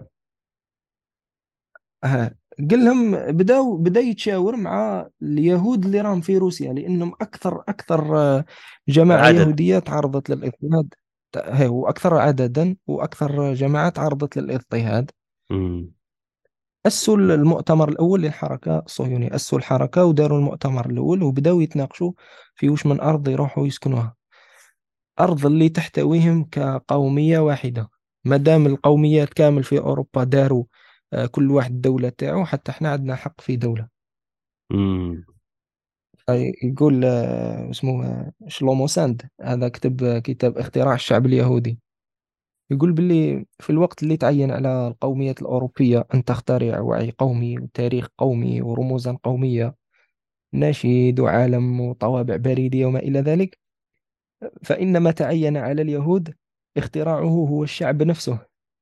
قال لهم بدأ يتشاور مع اليهود اللي راهم في روسيا، لأنهم أكثر جماعة عدد. يهودية تعرضت للاضطهاد. وأكثر عددا وأكثر جماعة تعرضت للاضطهاد. امم. أسوا المؤتمر الأول للحركة الصهيونية، أسوا الحركة وداروا المؤتمر الأول وبدأوا يتناقشوا في وش من أرض يروحوا يسكنوها، أرض اللي تحتويهم كقومية واحدة. ما دام القوميات كامل في أوروبا داروا كل واحد الدولة تاعو، حتى احنا عندنا حق في دولة. امم. يقول اسمه شلومو ساند، هذا كتب كتاب اختراع الشعب اليهودي. يقول باللي في الوقت اللي تعين على القوميات الأوروبية أن تخترع وعي قومي وتاريخ قومي ورموزا قومية، نشيد وعالم وطوابع بريدية وما إلى ذلك، فإن ما تعين على اليهود اختراعه هو الشعب نفسه.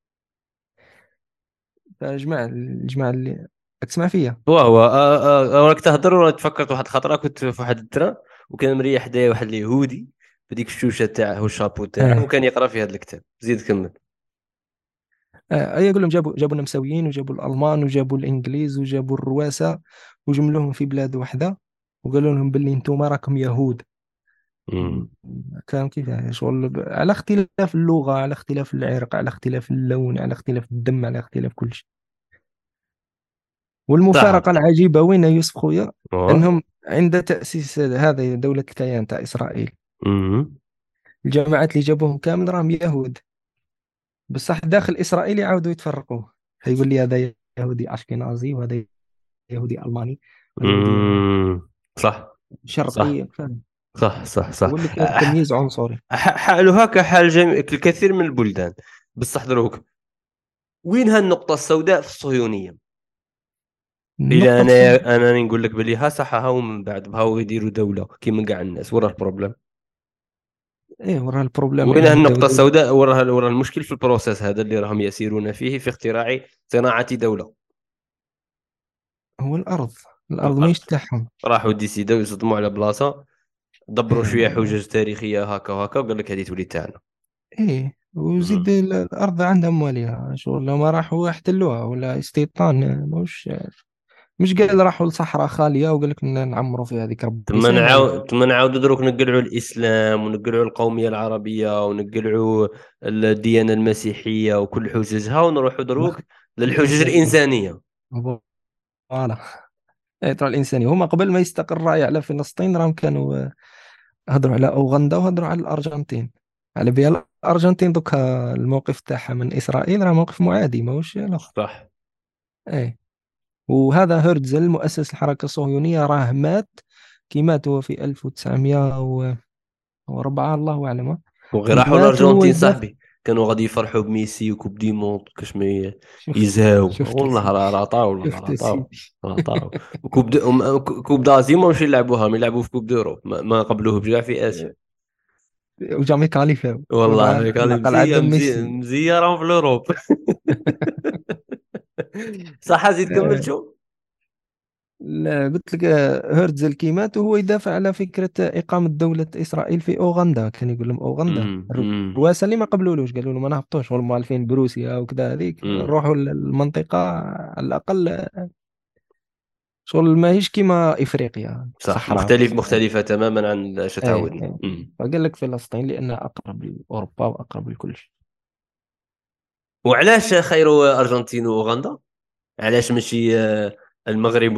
فجماعة اللي تسمع فيها. هو راك تهضر وانا تفكرت واحد الخطره كنت في واحد الترا، وكان مريح حدايا واحد اليهودي بديك الشوشه تاعه والشابو تاعه، آه. وكان يقرا في هذا الكتاب. زيد كمل. يقول لهم جابوا النمساويين وجابوا الألمان وجابوا الإنجليز وجابوا الرواسة وجملوهم في بلاد واحدة، وقالوا لهم باللي انتم راكم يهود. امم. كان كيف يعني شغل على اختلاف اللغة، على اختلاف العرق، على اختلاف اللون، على اختلاف الدم، على اختلاف كل شيء. صح. والمفارقة العجيبة وين يا يوسف خويا، اه. أنهم عند تأسيس هذه دولة الكيان تاع إسرائيل، امم. الجماعات اللي جابوهم كامل راهم يهود، بصح داخل إسرائيل يعاودوا يتفرقوا. فيقول لي هذا يهودي أشكنازي وهذا يهودي ألماني وهذا يهودي صح. صح. شرقي، فاهم. صح. صح. صح. يقول لك كاين تمييز عنصري. حاله هكا حال الكثير من البلدان. بصح دروك وين هالنقطه السوداء في الصهيونيه؟ الى النقطة السوداء، انا نقول لك بلي ها صح، هاو من بعد بهاو يديروا دوله كيما كاع الناس، ورا البروبليم. إيه وراه البروبليم وين إنهم بداوا النقطة السوداء؟ ورا المشكل في البروسيس هذا اللي راهم يسيرون فيه في اختراع صناعة دولة. هو الأرض الأرض. ماهيش تاعهم. راحوا ديسيداو يصدموا على بلاصة، دبروا شوية إيه حجج تاريخية هكا وهكا، وقال لك هذه تولي تاعنا. إيه وزيد مم. الأرض عندها مواليها، شغل لو ما راحوا احتلوها ولا استيطان، مش قال راحوا لصحراء خالية وقال لك نعمروا فيها هذيك ربي يسهلها لك. ثم نعاودوا دروك نقلعوا الإسلام ونقلعوا القومية العربية ونقلعوا الديانة المسيحية وكل حججها، ونروحوا دروك للحجج الإنسانية. الإنسانية. فوالا. إيه ترى الإنسانية هما قبل ما يستقر الرأي على فلسطين راهم كانوا هضروا على أوغندا وهضروا على الأرجنتين. على بها الأرجنتين دوكا الموقف تاعها من إسرائيل راه موقف معادي ماهوش لا. صح. إيه. وهذا هرتزل مؤسس الحركة الصهيونية راه مات، كي مات هو في 1904 الله أعلم. وغير راحوا مات وهو الارجنتين يدافع. صاحبي، كانوا غادي يفرحوا بميسي وكوب دي موند كاش ما شفت يزهاو، شفت والله سيدي، راه عطاو، والله راه شفت عطاو. سيدي. راه عطاو. كوب دازي ماشي يلعبوها، يلعبوا في كوب ديروب، ما قبلوه بكاع في اسيا. وجامي كاليفاو والله قال لي على الأقل مزيه عندهم مزيه ميسي. مزيه راهم في الاوروب. صح، زيد كمل آه، شو. لا قلت لك هرتزل كيمات، وهو يدافع على فكرة إقامة دولة إسرائيل في أوغندا. كان يقول لهم أوغندا امم الرواسة اللي ما قبلولوش، قالوا له ما نهبطوش، هم موالفين بروسيا وكذا، هذيك امم روحوا المنطقة على الأقل شغل ماهيش كيما إفريقيا صح، صحراء. مختلفة تماما عن اش ايه تعودنا. ايه. فقال لك فلسطين لأنها أقرب لأوروبا وأقرب لكل شيء. وعلاش خير ارجنتين واوغندا؟ علاش ماشي المغرب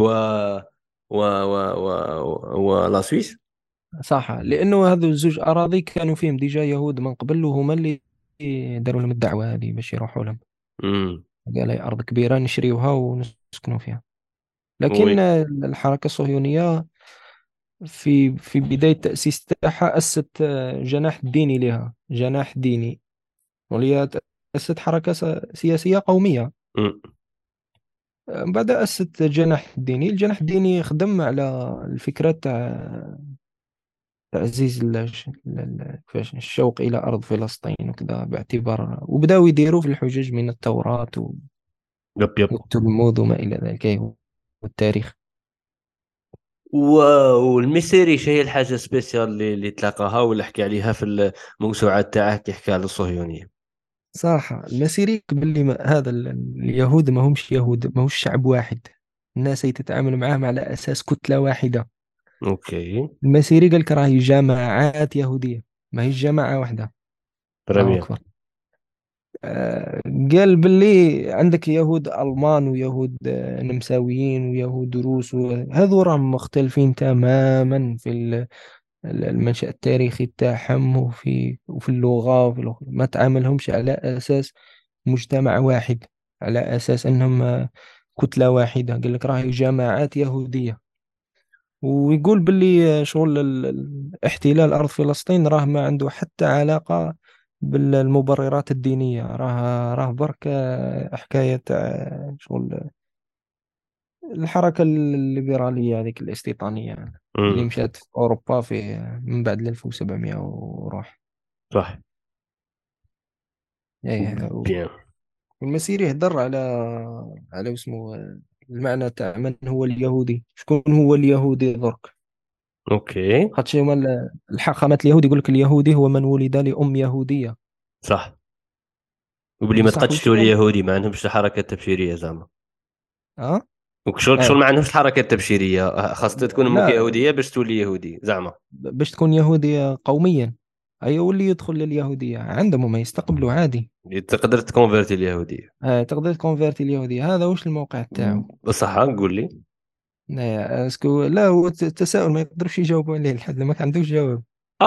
ولا سويس؟ صح، لأنه هذو الزوج أراضي كانوا فيهم ديجا يهود من قبل، وهما اللي داروا لهم الدعوة هذه باش يروحوا لهم. امم قال هي أرض كبيرة نشريوها ونسكنوا فيها. لكن وي. الحركة الصهيونية في بداية تأسيس تاعها أسست جناح ديني لها، جناح ديني، وهي أسست حركة سياسية قومية. امم بعد أسست الجناح الديني. الجناح الديني خدم على الفكرة تاع تعزيز كيفاش الشوق إلى أرض فلسطين وكذا، باعتبار وبداوا يديروا في الحجج من التوراة يب يب. والتلمود وما إلى ذلك، والتاريخ. والميسيري شي هي الحاجة سبيسيال اللي تلاقاها ولا حكي عليها في الموسوعات تاعه كيحكي على الصهيونية؟ صح، المسيري باللي هذا اليهود ما همش يهود، ما هوش شعب واحد، الناس هي تتعامل معاهم على أساس كتلة واحدة. اوكي. المسيري قال لك راهي جماعات يهودية، ما هي جماعة واحدة. الله بريمير. أكبر. قال باللي عندك يهود ألمان ويهود نمساويين ويهود روس، هذو راهم مختلفين تماما في المنشأ التاريخي تاعهم، وفي اللغة ما تعاملهمش على أساس مجتمع واحد، على أساس أنهم كتلة واحدة. قال لك راهي جماعات يهودية. ويقول باللي شغل احتلال أرض فلسطين راه ما عنده حتى علاقة بالمبررات الدينية، راه برك حكاية شغل الحركة الليبرالية هذيك الاستيطانية يعني، اللي امم مشات في أوروبا في من بعد 1700 وروح. صح. إيه. بيان. والمسيري يهدر على اسمه المعنى تاع من هو اليهودي، شكون هو اليهودي درك. اوكي. خاطش هما الحاخامات اليهود يقول لك اليهودي هو من ولد لأم يهودية. صح. وبلي ما بصح وش تقتلوا هو اليهودي ما عندهمش الحركة التبشيرية زعما. اه وكشغل ايه. ما عندهمش الحركة التبشيرية، خاصة تكون امك لا، يهودية باش تولي يهودي زعما. باش تكون يهودي قوميا، اي واللي يدخل لليهودية عندهم ما يستقبلوا عادي. تقدر تكونفيرتي اليهودية. تقدر تكونفيرتي اليهودية، هذا وش الموقع تاعو. بصح قول لي. لا اسكو، لا هو التساؤل ما يقدرش يجاوبوا عليه لحد ما عندوش جواب.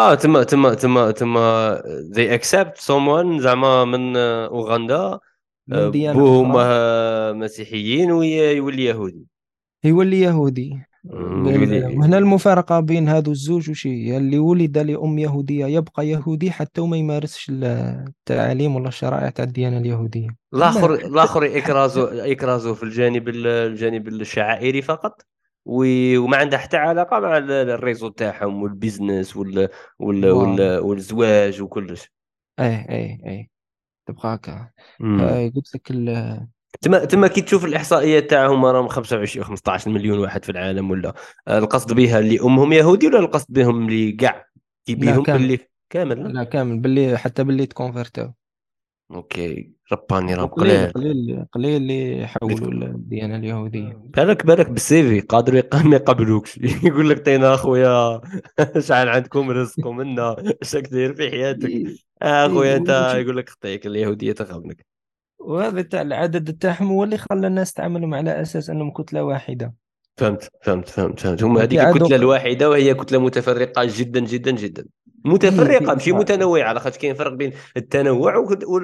تما they accept someone زعما من اوغندا، من ديانة بوهم أخرى مسيحيين ويولي يهودي. يولي يهودي. يولي. وهنا المفارقة بين هذو الزوج وش هي، اللي ولد لأم يهودية يبقى يهودي حتى وما يمارسش التعاليم ولا الشرائع تاع الديانة اليهودية. أما الاخر يكرازو في الجانب الشعائري فقط، وما عنده حتى علاقه مع الريزو تاعهم والبيزنس فوالا. والزواج وكلش. ايه ايه ايه. تبقى هكا. امم قلت لك تما كي تشوف الاحصائيات تاعهم راهم 25 15 مليون واحد في العالم، ولا القصد بها اللي امهم يهودي ولا القصد بهم اللي كاع كي لا بيهم كامل. باللي كامل؟ لا كامل باللي حتى باللي تكونفرتو. اوكي، رباني راه وقليل قليل. قليل قليل اللي يحولوا للديانة اليهودية. بالك بالسيفي قادر ما يقبلوكش. يقول لك تينا اخويا، شحال عندكم رزق منا، اش راك داير في حياتك؟ إيه. إيه. اخويا انت، يقول لك خطيك اليهوديه تخونك. وهذا تاع العدد تاعهم هو اللي خلى الناس تعاملهم على أساس أنهم كتلة واحدة. فهمت هم كي هذيك عادوا الكتله الواحده، وهي كتله متفرقه جدا جدا جدا. هي متفرقه في ماشي إسرائيل متنوعه، لاخاطش كاين فرق بين التنوع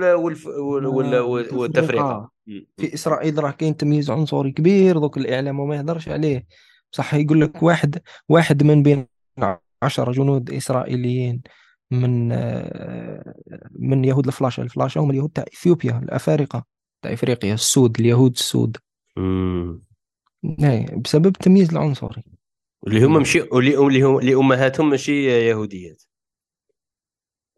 والتفرقه. متفرقة. في إسرائيل راه كاين تمييز عنصري كبير، دوك الإعلام وما يهدرش عليه. صح، يقول لك واحد من بين 10 جنود إسرائيليين من يهود الفلاشة هم اليهود تاع إثيوبيا، الأفارقة تاع إفريقيا السود، اليهود السود. امم بسبب التمييز العنصري. اللي هم ماشي، اللي امهاتهم ماشي يهوديات.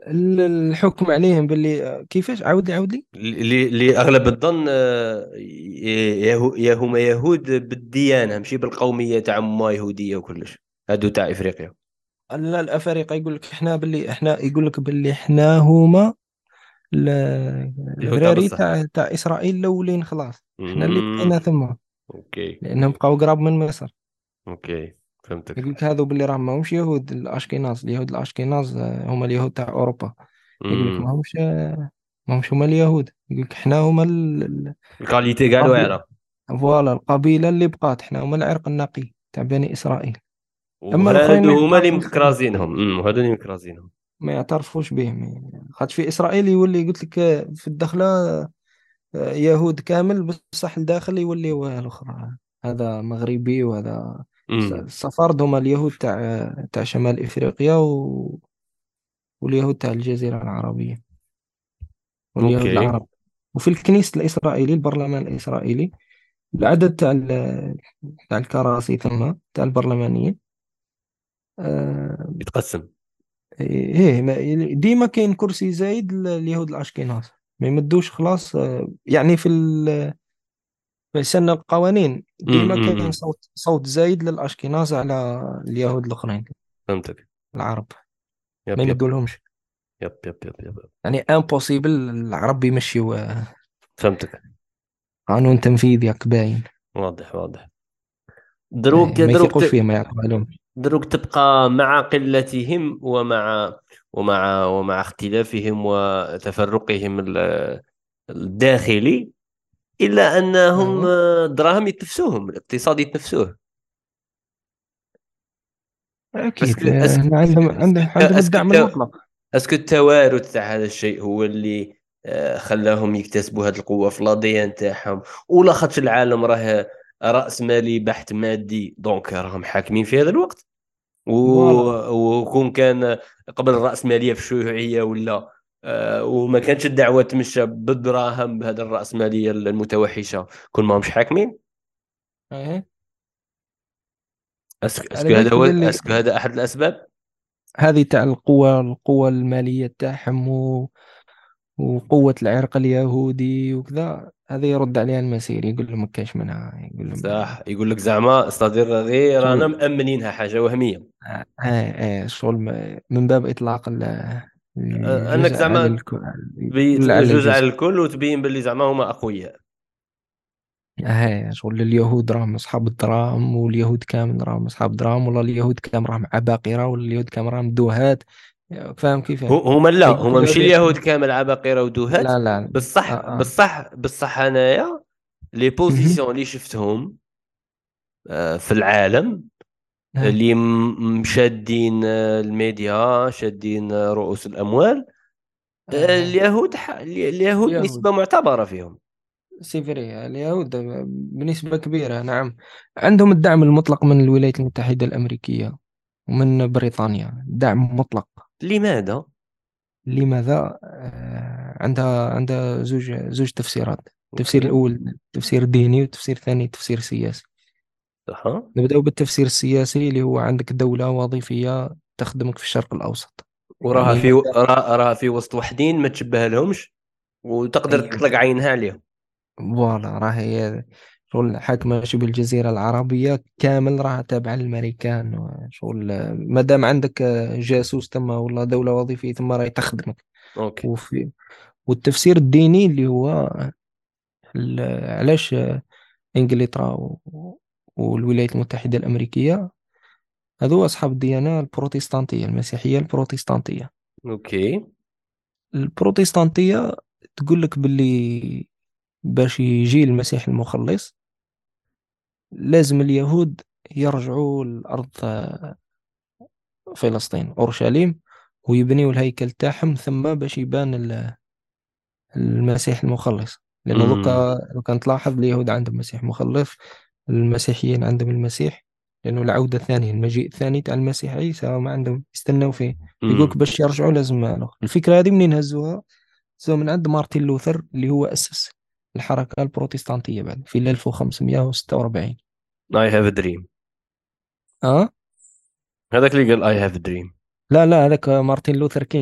الحكم عليهم باللي كيفاش، عاود لي. اللي اغلب الظن يا هما يهود بالديانه ماشي بالقوميه تاعهم، ما يهوديه وكلش. هادو تاع افريقيا. لا، الافارقه يقول لك احنا باللي احنا، يقول لك باللي احنا هما ال- اليهود تاع الذراري بصح. تاع اسرائيل الاولين، خلاص احنا اللي امم بقينا ثم، اوكي. لانهم بقاو قراب من مصر. اوكي فهمتك. يقول لك هذو باللي راهم ماهمش يهود الاشكناز، اليهود الاشكناز هما اليهود تاع اوروبا. يقول لك امم ما همش هما اليهود، يقول لك احنا هما الكاليتي كاع القبيله. واعره. فوالا القبيله اللي بقات، احنا هما العرق النقي تاع بني اسرائيل. اما الاخرين ما وهادو هما اللي يعترفوش به، مكرازينهم، وهادو اللي مكرازينهم. ما يعترفوش به خاطر في اسرائيل يولي قلت لك في الدخله يهود كامل، بصح الداخل يولي الاخرى، هذا مغربي وهذا امم السفارد، هما اليهود تاع شمال افريقيا واليهود تاع الجزيره العربيه واليهود اوكي. العرب. وفي الكنيسة الإسرائيلي، البرلمان الإسرائيلي، العدد تاع الكراسي ثم تاع البرلمانيين، آه، يتقسم. ايه ديما كاين كرسي زايد لليهود الاشكناز، ما يمدوش خلاص. يعني في سن القوانين ديما كاين امم صوت زايد للاشكناز على اليهود الاخرين فهمتك. العرب، ما يب يب يمدولهمش. يب يب يب يب. يعني امبوسيبل العرب يمشيوا فهمتك. قانون تنفيذي باين. واضح واضح. دروك ما دروك يثقوش فيه، ما يعقلوا لهم. دروك تبقى مع قلتهم ومع اختلافهم وتفرقهم الداخلي، إلا أنهم أيوة. دراهم يتنفسوهم، الاقتصاد يتنفسوه. اسكو اكيد اسكو عندهم اسكو الدعم المطلق. اسكو التوارث تاع هذا الشيء هو اللي خلاهم يكتسبوا هذه القوة في لاضيان نتاعهم، ولا خاطر العالم راه رأس مالي بحت مادي دونك راهم حاكمين في هذا الوقت. فوالا. وكون كان قبل الرأسمالية في الشيوعية ولا وما كانتش الدعوة تمشى بالدراهم بهذه الرأسمالية المتوحشة، كون ما همش حاكمين. ايه. على اسكو هذا بالك هو، باللي اسكو هذا أحد الأسباب. هذه تاع القوة المالية تاعهم وقوة العرق اليهودي وكذا، هذا يرد عليها المسير، يقول لهم ما كاش منها، يقول لهم صح، يقول لك زعما صدير غير رانا شغل. مأمنينها حاجة وهمية. شغل من باب إطلاق انك الجزء على زعما الكل على جزء الجزء. على الكل وتبين باللي زعما هما اقوياء. شغل اليهود راهم أصحاب الدراهم، واليهود كامل راهم أصحاب دراهم، ولا اليهود كامل راهم عباقرة، ولا اليهود كامل راهم دوهات. فاهم كيفاه؟ هما لا، يقول لك هما ماشي اليهود. اليهود كامل عباقرة ودوهات. لا لا. بصح آه. بصح بصح انايا لي مهم. بوزيسيون اللي شفتهم في العالم، آه. اللي مشادين الميديا، شادين رؤوس الاموال، آه. اليهود اليهود نسبة معتبرة فيهم. سيفيريا، اليهود بنسبة كبيرة، نعم. عندهم الدعم المطلق من الولايات المتحدة الأمريكية ومن بريطانيا، دعم مطلق. لماذا؟ لماذا؟ عندها زوج تفسيرات. التفسير اوكي. الأول تفسير ديني، والتفسير الثاني تفسير سياسي. صح. نبدأ بالتفسير السياسي، اللي هو عندك دولة وظيفية تخدمك في الشرق الأوسط. وراها يعني في راها في وسط وحدين ما تشبه لهمش، وتقدر أيوه. تطلق عينها عليهم. فوالا راهي شغل حاكمة شبه الجزيرة العربية كامل، راها تابعة للأمريكان. شغل ما دام عندك جاسوس تم ولا دولة وظيفية ثم راهي تخدمك. اوكي. وفي والتفسير الديني اللي هو علاش إنجلترا والولايات المتحدة الأمريكية هذو أصحاب الديانة البروتستانتية، المسيحية البروتستانتية. اوكي. البروتستانتية تقول لك باللي باش يجي المسيح المخلص لازم اليهود يرجعوا لأرض فلسطين، أورشليم، ويبنيوا الهيكل تاعهم، ثم باش يبان المسيح المخلص. لأنه امم لو كان تلاحظ اليهود عندهم مسيح مخلص، المسيحيين عندهم المسيح، لأنه العودة الثانية، المجيء الثاني تاع المسيح عيسى ما عندهم يستنوا فيه. يقولك امم باش يرجعوا لازم الفكرة هذه منين هزوها؟ هزوها من عند مارتن لوثر، اللي هو أسس الحركة البروتستانتية بعد في 1546. I have a dream. اه. هذاك اللي قال I have a dream. لا لا، هذاك مارتن لوثر كينغ.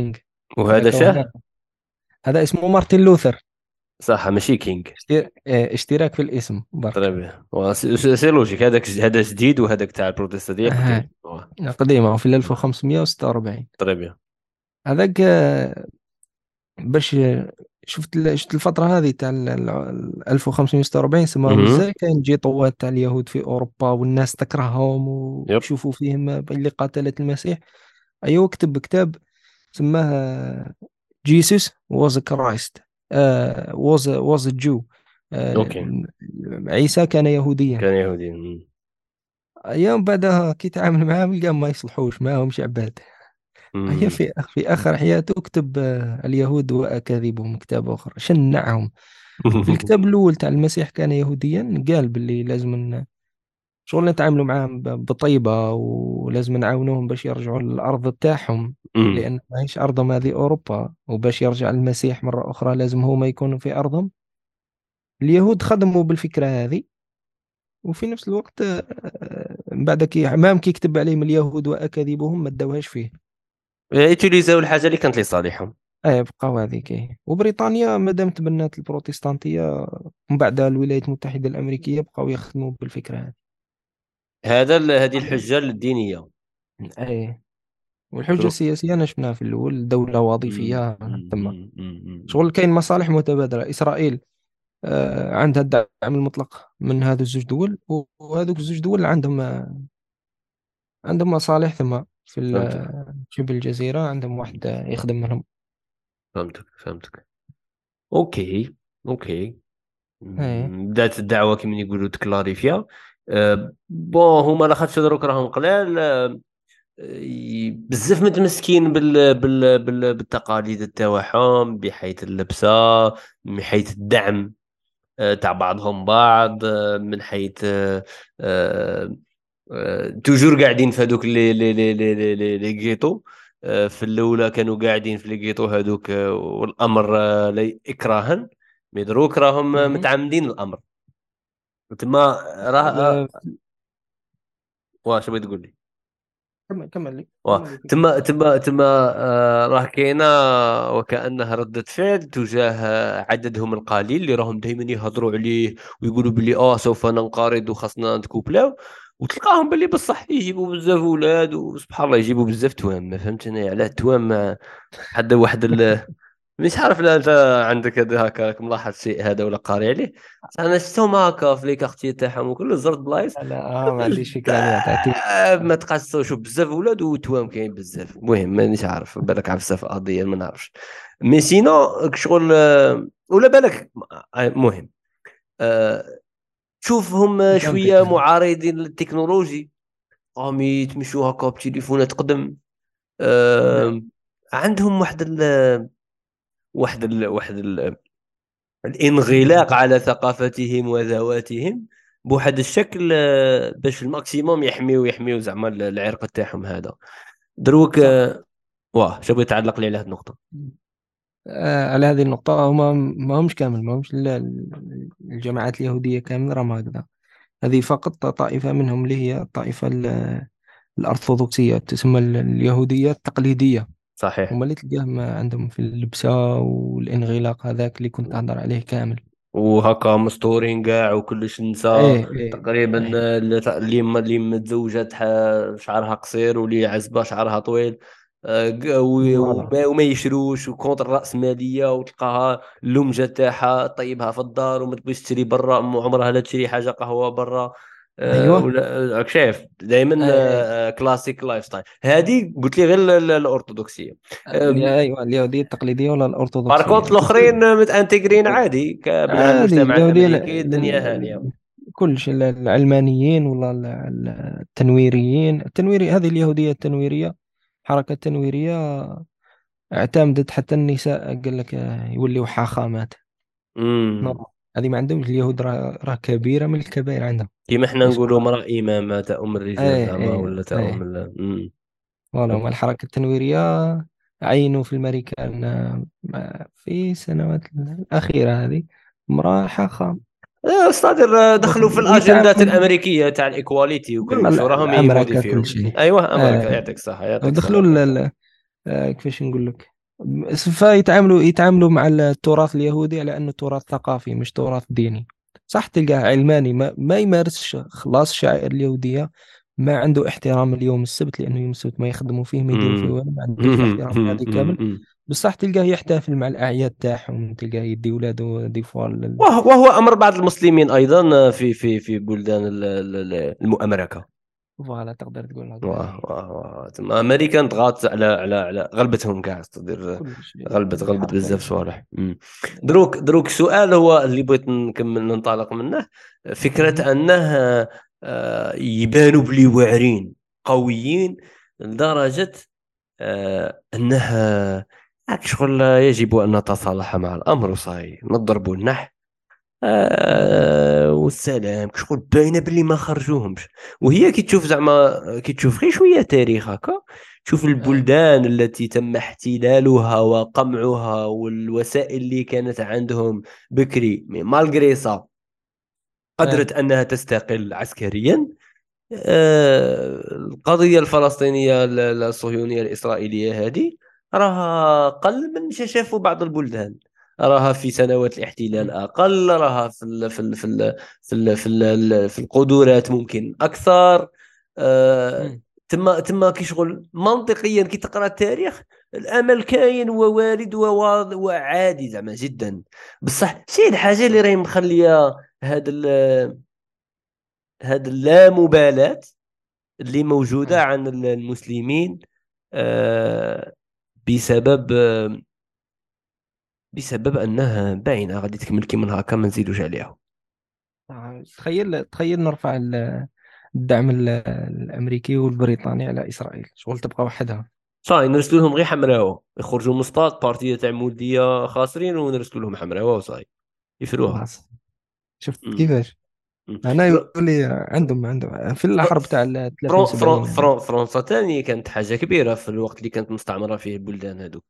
وهذا هذاك وهنا. شاه. هذا اسمه مارتن لوثر. صح، ماشي كينغ. اشتراك في الاسم طيب برك. بيان. سي لوجيك، هذا جديد وهذاك تاع البروتستانتية قديم. آه. قديمة في 1546. طيب بيان. هذاك باش شفت الفترة هذه تاع 1546 سماهم اها. ازاي، كان جي طوات تاع اليهود في أوروبا والناس تكرههم يب. ويشوفوا فيهم اللي قاتلت المسيح. أيوة كتب كتاب سماه Jesus was Christ was a Jew. آه، اوكي. عيسى كان يهوديا. كان يهودي. أيام بعدها كي تعامل معاهم لقاهم ما يصلحوش، ما همش عباد. هي أمم. في آخر حياته كتب اليهود وأكاذيبهم، كتاب آخر شنعهم. في الكتاب الأول تاع المسيح كان يهوديا، قال باللي لازم شغل نتعاملوا معاهم بطيبة، ولازم نعاونوهم باش يرجعوا للأرض تاعهم، أمم. لأن ماهيش أرضهم هذه أوروبا، وباش يرجع المسيح مرة أخرى لازم هما يكونوا في أرضهم. اليهود خدموا بالفكرة هذه، وفي نفس الوقت من بعد كي عمام كي يكتب عليهم اليهود وأكاذيبهم ما داوهاش فيه. يوتيليزاو الحاجة اللي كانت لصالحهم. ايه بقاو هذيك إيه. وبريطانيا مادام تبنات البروتستانتية من بعد الولايات المتحدة الأمريكية بقاو يخدموا بالفكرة هذه. هذه الحجة الدينية. ايه. والحجة درو. السياسية أنا شفناها في الأول، دولة أمم. وظيفية أمم. تم. أمم. شغل كاين مصالح متبادلة. إسرائيل عندها الدعم المطلق من هذو الزوج دول، وهذوك الزوج دول عندهم مصالح ثم في فهمتك. شبه الجزيرة عندهم واحد يخدم لهم. فهمتك. اوكي. اوكي. ايه. بدات الدعوة كما يقولوا تكلاريفيا. بون هما لاخاطش دروك راهم قلال. بزاف متمسكين بالتقاليد تاعهم، بحيث اللبسة، من حيث الدعم تاع بعضهم بعض، من حيث آه، توجور قاعدين في هذوك لي جيتو. في الاولى كانوا قاعدين في لي جيتو هذوك، والامر لا اكراها. مي دروك راهم مهم. متعمدين الامر. تما راه ال- واش بغيت تقول لي؟ كمل لي واه كمل لي فكرة. تما راه كاينه وكأنها ردة فعل تجاه عددهم القليل اللي راهم دائما يهضروا عليه، ويقولوا باللي سوف ننقرض وخاصنا نتكوبلاو. وتلقاهم باللي بصح يجيبوا بزاف اولاد، وسبحان الله يجيبوا بزاف توام. ما فهمتني علاه التوام. حد واحد مش عارف، لا انت عندك هذا هكا ملاحظ شيء هذا ولا قاري عليه؟ انا شفتهم هكا في لي كارتي تاعهم وكل زرت بلايص. لا ما عنديش فكرة أنا تعطيني. ما تقصوش بزاف ولاد وتوام كاين بزاف. المهم مانيش عارف، بالك عارف الصفة قضية ما نعرفش. مي سينو شغل ولا بالك. المهم تشوفهم فهمتك شوية فهمتك. معارضين للتكنولوجي. قام يتمشوا هكا بتليفونات قدم. نعم. آه، عندهم واحد الانغلاق على ثقافتهم وذواتهم بواحد الشكل، باش الماكسيموم يحميو زعما العرق تاعهم هذا. دروك صح. شو بغيت تعلق لي على هذه النقطة؟ على هذه النقطة، هما ما همش كامل، ما همش الجماعات اليهودية كامل راهم هكذا. هذه فقط طائفة منهم اللي هي الطائفة الأرثوذكسية، تسمى اليهودية التقليدية. صحيح. هما اللي تلقاهم عندهم في اللبسة والانغلاق هذاك اللي كنت أهضر عليه كامل. وهكا مستورين كاع وكلش نساء ايه ايه تقريبا. ايه. اللي متزوجة شعرها قصير، واللي عزبة شعرها طويل. فوالا. وما يشروش، وكونتر الرأسمالية، وتلقاها اللمجة تاعها طيبها في الدار، وما تبغيش تشري برا، عمرها لا تشري حاجة قهوة برا. ايوه. ولا راك شايف دائما ايه ايه. كلاسيك لايف ستايل. هذه قلت لي غير الأرثوذكسية. ايوه اليهودية التقليدية ولا الأرثوذكسية باركونت كل الاخرين متانتجرين عادي مع عادي. المجتمع اليهودية الامريكي، الدنيا هانيه. كل شيء، العلمانيين ولا التنويريين. هذه اليهودية التنويرية، حركة تنويرية اعتمدت حتى النساء، قال لك يوليوا حاخامات امم. نورمال. هذه ما عندهمش اليهود، راه كبيرة من الكبائر عندهم. كيما احنا نقولوا يسموها مرأة إمامة تأم الرجال ايه زعما، ايه ولا تأم ايه. امم. والله هما الحركة التنويرية عينوا في الأمريكان في السنوات الأخيرة هذه امرأة حاخام. صادر دخلوا في الاجندات ويتعامل الامريكيه تاع الايكواليتي وكل شو راهم أمريكا يموديفيو. كل شيء. ايوه امريكا، يعطيك الصحه، يعطيك ودخلوا الصحه. كيفاش نقول لك، فيتعاملوا مع التراث اليهودي على أنه تراث ثقافي مش تراث ديني. صح، تلقاه علماني ما يمارسش خلاص الشعائر اليهودية، ما عنده احترام اليوم السبت لأنه يوم السبت ما يخدموا فيه ما يديروا فيه مم. والو، ما عندوش مم. احترام مم. هذه كامل. مم. بصح تلقاه يحتفل مع الأعياد تاعهم، تلقاه يدي ولاده ديفوا وهو امر بعض المسلمين ايضا في بلدان المؤامركه. فوالا تقدر تقول هكذا. تما امريكا ضغط على غلبتهم كاع تدير. كل شيء غلبت حرفيا. بزاف صوالح. دروك سؤال هو اللي بغيت نكمل ننطلق منه. مهم. فكره انه يبانوا بلي واعرين قويين لدرجه انه هاك شغل يجب ان نتصالح مع الامر وصاي نضربوا النح والسلام شغل باينه باللي ما خرجوهمش. وهي كي تشوف زعما كي تشوف غير شويه تاريخ هكا تشوف آه. البلدان التي تم احتلالها وقمعها والوسائل اللي كانت عندهم بكري مالغري سا آه. قدرت انها تستقل عسكريا. القضيه الفلسطينيه الصهيونيه الاسرائيليه هذه راها قل من شافوا بعض البلدان. راها في سنوات الاحتلال مم. اقل، راها في القدرات ممكن اكثر. آه، مم. تما كي شغل منطقيا كي تقرا التاريخ الامل كاين ووارد وعادي زعما جدا. بصح شي الحاجه اللي راهي مخليه هذا هذا اللامبالاه اللي موجوده آه. عن المسلمين آه، بسبب بسبب انها باينه غادي تكمل كيما هكا ما نزيدوش عليها. تخيل نرفع الدعم الأمريكي والبريطاني على إسرائيل، شغل تبقى وحدها. صاي نرسلوا لهم غير حمراوه يخرجوا من السطاد بارتيه تاع مولديه خاسرين ونرسلوا لهم حمراوه وصاي يفروها. خلاص، شفت مم. كيفاش. مم. أنا يقول لي عندهم في الحرب تاع فرن فرن 73 هذه. فرن فرنسا تاني كانت حاجه كبيره في الوقت اللي كانت مستعمره فيه البلدان هذوك.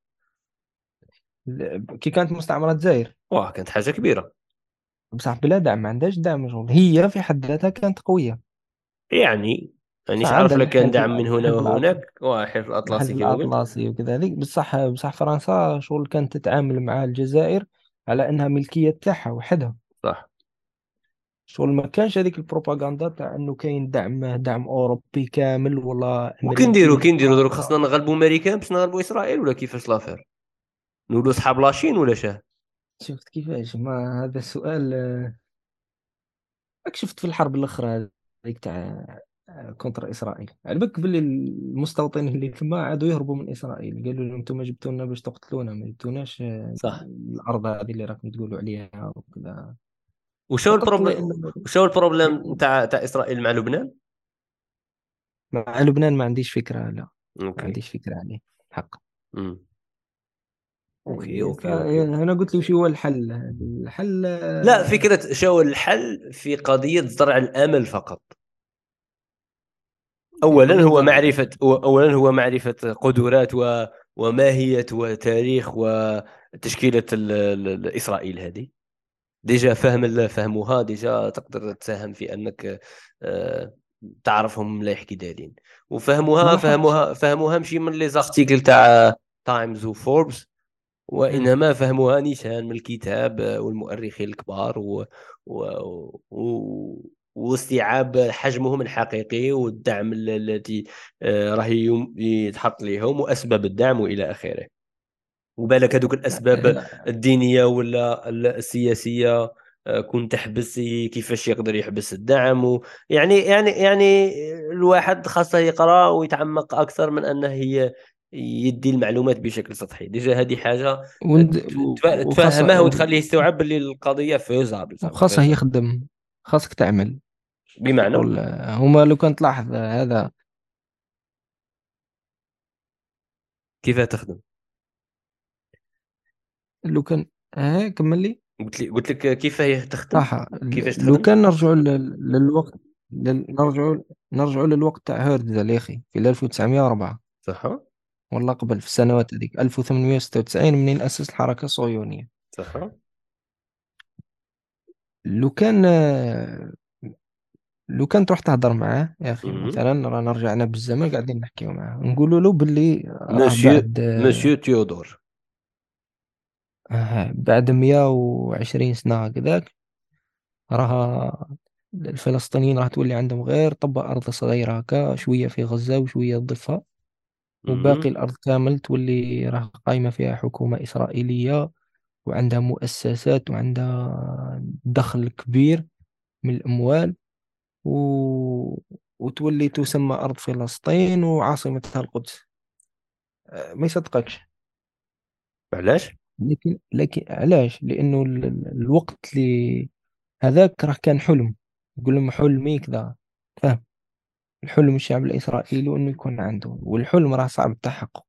كي كانت مستعمرة الجزائر، واه كانت حاجه كبيره. بصح بلا دعم، ما عندهاش دعم، شغل هي في حد ذاتها كانت قوية. يعني صح، مانيش عندها عارف لك كان دعم من هنا وهناك الحلف الاطلسي الحلف كما قلت. الأطلسي وكذلك. بصح فرنسا شغل كانت تتعامل مع الجزائر على أنها ملكية تاعها وحدها. صح. شغل ما كانش هذيك البروباغندا تاع انه كاين دعم اوروبي كامل ولا وكي نديرو امريكي كي نديرو فقط دروك ولا. خاصنا نغلبوا امريكان باش نغلبوا اسرائيل ولا كيفاش لافير؟ نولوا صحاب لاشين ولا شاه؟ شفت كيفاش، ما هذا السؤال. راك شفت في الحرب الاخرى هذيك تاع كونتر اسرائيل، على بالك باللي المستوطنين اللي تما عادوا يهربوا من اسرائيل، قالوا لهم انتم جبتونا باش تقتلونا، ما جبتوناش صح. الارض هذه اللي راكم تقولوا عليها وكذا. وشو فقط البروبليم لانه وشو البروبليم تاع اسرائيل مع لبنان؟ مع لبنان ما عنديش فكره، لا ما اوكي. عنديش فكره عليه حق. امم اوكي إيه، اوكي اوكي اوكي. فأنا قلت له شو هو الحل. الحل لا فكرة شو الحل في قضية زرع الامل فقط. في قضية زرع الأرض. اولا هو معرفة قدرات وماهية وتاريخ وتشكيلة اسرائيل هذه. ديجا فهموها ديجا تقدر تساهم في انك آه، تعرفهم مليح كي دايرين. ما وفهموها لاحظتش. فهموها ماشي من لي زارتيكل تاع تايمز وفوربس، مم. وانما فهموها نيشان من الكتاب والمؤرخين الكبار و... واستيعاب حجمهم الحقيقي والدعم الذي راه يتحط لهم واسباب الدعم والى اخره. وبالك هذوك الاسباب هنا الدينيه ولا السياسيه كون تحبس كيفاش يقدر يحبس الدعم يعني الواحد خاصه يقرا ويتعمق اكثر من انه يدي المعلومات بشكل سطحي. ديجا هذه حاجه تفهمه وخاصة وتخليه يستوعب باللي القضيه فيزابل زعما وخاصة فيزابل. يخدم، خاصك تعمل. بمعنى شغل هما لو كنت تلاحظ هذا. كيف تخدم. لو كان كمل لي. قلت لك كيف هي تخدم. صح، كيفاش لو تخدم. كان نرجعوا للوقت، نرجعوا للوقت تاع هيرتز يا أخي في 1904، صح. والله قبل في السنوات هذيك 1896 منين أسس الحركة الصهيونية. صح. لو كان لو كان تروح تهضر معاه يا أخي، مهم. مثلا رانا رجعنا بالزمن قاعدين نحكيو معاه، نقولوا له باللي راه مسيو بعد مسيو تيودور. بعد 120 سنة هكذاك، راها الفلسطينيين راح تولي عندهم غير طبة أرض صغيرة هكا، شوية في غزة وشوية ضفة، وباقي مم. الأرض كامل تولي راه قايمة فيها حكومة إسرائيلية، وعندها مؤسسات وعندها دخل كبير من الأموال، و... وتولي تسمى أرض فلسطين وعاصمتها القدس. ما يصدقكش. علاش؟ لكن علاش؟ لأنه الوقت اللي هذاك راه كان حلم، يقول لهم حلمي كذا، فاهم؟ الحلم الشعب الإسرائيلي إنه يكون عنده، والحلم راه صعب التحقق.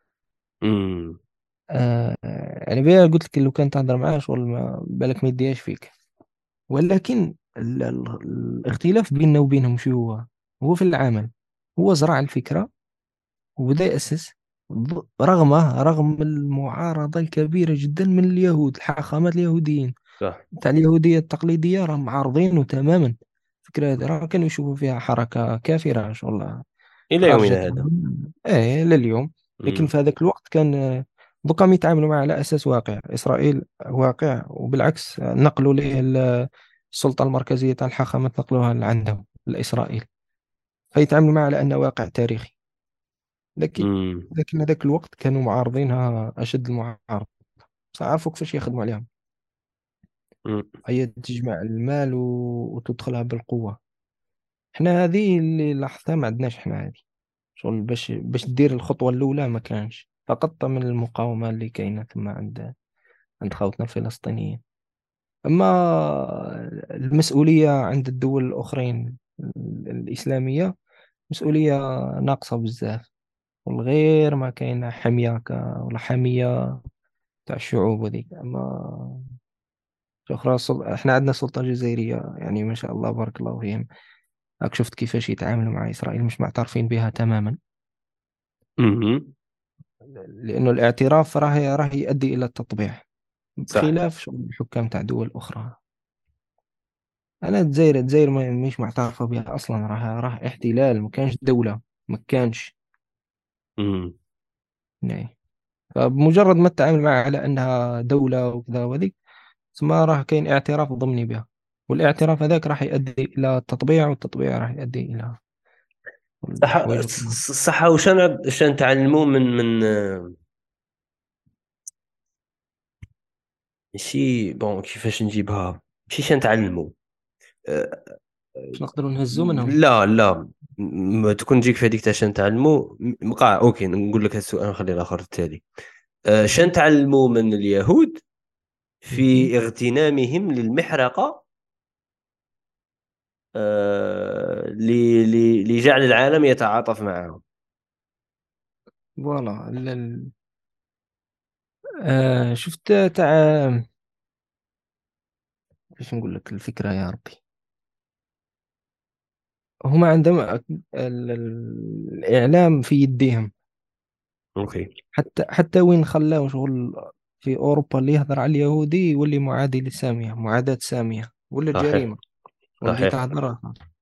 مم. يعني بيا قلت لك لو كان تهضر معاه شغل بالك ما يديهاش فيك. ولكن الاختلاف بيننا وبينهم شو هو؟ هو في العمل. هو زرع الفكرة وبدأ يأسس، رغم المعارضة الكبيرة جدا من اليهود، الحاخامات اليهوديين صح. تاع اليهودية التقليدية، راهم معارضينه تماما. الفكرة هذه راه كانوا يشوفوا فيها حركة كافرة شغل، الى خرجت يومنا هذا. لليوم. لكن مم. في هذاك الوقت كان بقى يتعاملوا معه على أساس واقع. إسرائيل واقع، وبالعكس نقلوا ليه السلطة المركزية تاع الحاخامات، نقلوها لعندهم لإسرائيل، فيتعاملوا معه على أنه واقع تاريخي. لكن مم. هذاك الوقت كانوا معارضينها أشد المعارضة، بس عارفوا كيفاش يخدموا عليهم. مم. هي تجمع المال وتدخلها بالقوة. احنا هذه اللي لاحظتها ما عندناش احنا هذه شغل، باش دير الخطوة الأولى ما كانش، فقط من المقاومة اللي كاينة ثم عند خوتنا الفلسطينيين. أما المسؤولية عند الدول الأخرين الإسلامية، مسؤولية ناقصة بزاف، والغير ما كاينة حمية ولا حمية تاع الشعوب وذيك. أما أخرى احنا عندنا سلطة جزائرية يعني ما شاء الله بارك الله فيهم. راك شفت كيفاش يتعاملوا مع إسرائيل، مش معترفين بها تماما. مم. لأنه الاعتراف راه يؤدي إلى التطبيع، صح. بخلاف شغل الحكام تاع دول أخرى. أنا الجزائر مش معترفة بها أصلا، راه احتلال، ما كانش دولة، ما كانش. مم. يعني فبمجرد ما التعامل معها على أنها دولة وكذا وذيك، ثم راه كاين اعتراف ضمني بها، والاعتراف هذاك راح يؤدي إلى التطبيع، والتطبيع راح يؤدي إلى صح. الحوايج الأخرى. صح. وش نتعلموا من ماشي بون كيفاش نجيبها؟ ماشي نتعلموا. أه، باش نقدروا نهزوا منهم. لا لا. ما تكون تجيك في هذيك تاع نتعلموا مقع. اوكي نقول لك هذا السؤال، نخلي الاخر التالي. نتعلموا من اليهود مهم. في اغتنامهم للمحرقة، لجعل العالم يتعاطف معهم. فوالا شفت تاع، كيفاش نقول لك الفكرة يا ربي. هما عندهم الإعلام في يديهم. اوكي. حتى وين خلاو شغل في أوروبا اللي يهضر على اليهودي يولي معادي للسامية، معاداة سامية ولا صحيح. جريمة. ولدي صحيح. تهضر،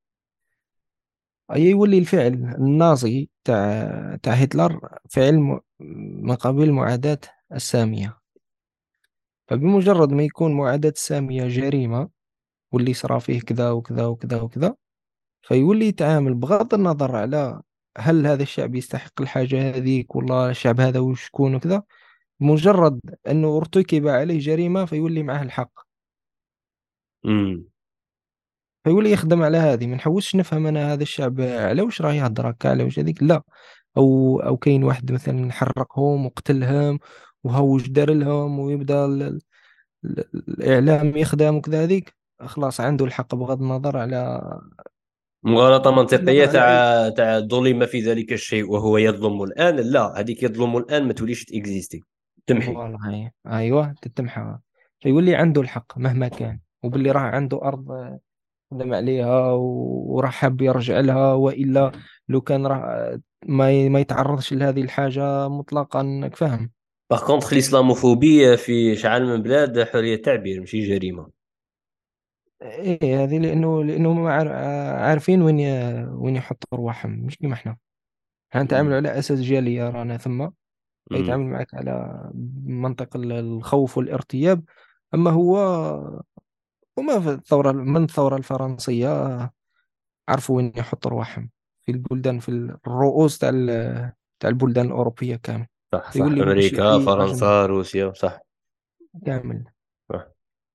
أي يولي الفعل النازي تاع هتلر فعل من قبيل معاداة السامية. فبمجرد ما يكون معاداة السامية جريمة، واللي صرا فيه كذا وكذا وكذا وكذا، فيولي يتعامل بغض النظر على هل هذا الشعب يستحق الحاجة هذيك والله الشعب هذا وشكون وكذا. مجرد أنه ارتكب عليه جريمة فيولي معه الحق، امم. فيولي يخدم على هذه. ما نحوسش نفهم أنا هذا الشعب على وش راه يهضر هكا، على وش هذيك، لا. أو كاين واحد مثلا حرقهم وقتلهم وهو وش دار لهم، ويبدأ الإعلام يخدم وكذا هذيك، خلاص عنده الحق بغض النظر على مغالطة منطقية أي. تاع ظلم في ذلك الشيء وهو يظلم الآن. لا، هذيك يظلم الآن ما توليش تإكزيستي، تمحي. والله هي أيوه تتمحى. فيولي عنده الحق مهما كان، وباللي راه عنده أرض خدم عليها وراح حاب يرجع لها، وإلا لو كان راه ما يتعرضش لهذه الحاجة مطلقا، فاهم؟ باغ كونطخ الإسلاموفوبيا في شعال من بلاد حرية تعبير ماشي جريمة. إيه هذه لأنه ما عارفين وين يحطوا أرواحهم، مش كيما إحنا نتعاملوا مم. على أساس جالية رانا ثم، امم. فيتعامل معك على منطق الخوف والارتياب. أما هو وما في الثورة من الثورة الفرنسية عرفوا وين يحطوا رواحهم في البلدان، في الرؤوس تاع البلدان الأوروبية كامل. صح صح، يولي ماشي أمريكا، أي رجل فرنسا، روسيا، صح. كامل. صح.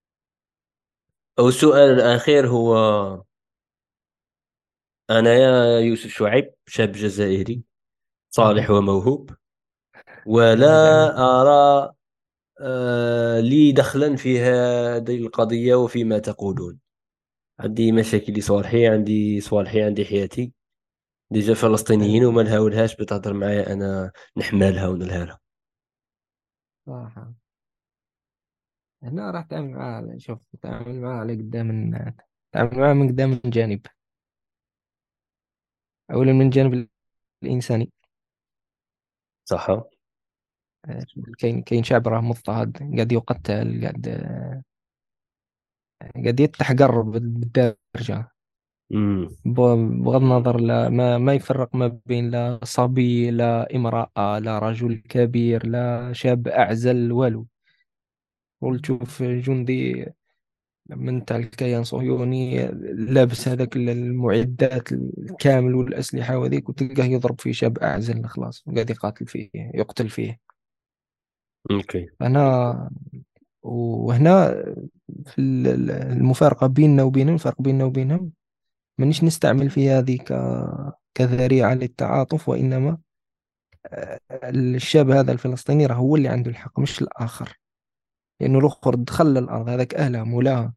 والسؤال الأخير هو: أنا يا يوسف شعيب شاب جزائري صالح أها. وموهوب، ولا الله يجعلنا. أرى لي دخلا في هذه القضية وفيما تقولون. عندي مشاكل صالحي، عندي صوالحي، عندي حياتي. ديجا فلسطينيين وما لهاولهاش بتهضر معايا أنا نحملها ونلهالها. صراحة هنا راح تعمل معاه، شوف تعمل معاه على قدام، تعمل معاه من قدام الجانب. أولا من الجانب الإنساني. صح. كاين شعب راه مضطهد، قاعد يقتل، قاعد يتحقر بالدرجة. امم. بغض النظر، لا ما يفرق ما بين لا صبي لا امرأة لا رجل كبير لا شاب أعزل والو. وتشوف جندي من تاع الكيان الصهيوني لابس هذاك المعدات الكامل والأسلحة وذيك، وتلقاه يضرب في شاب أعزل خلاص وقاعد يقاتل فيه يقتل فيه. اوكي. هنا وهنا في المفارقة بيننا وبينهم، الفرق بيننا وبينهم مانيش نستعمل في هذه كذريعة للتعاطف، وإنما الشاب هذا الفلسطيني راه هو اللي عنده الحق مش الآخر، لأنه الآخر دخل الأرض هذاك أهلها مولاها.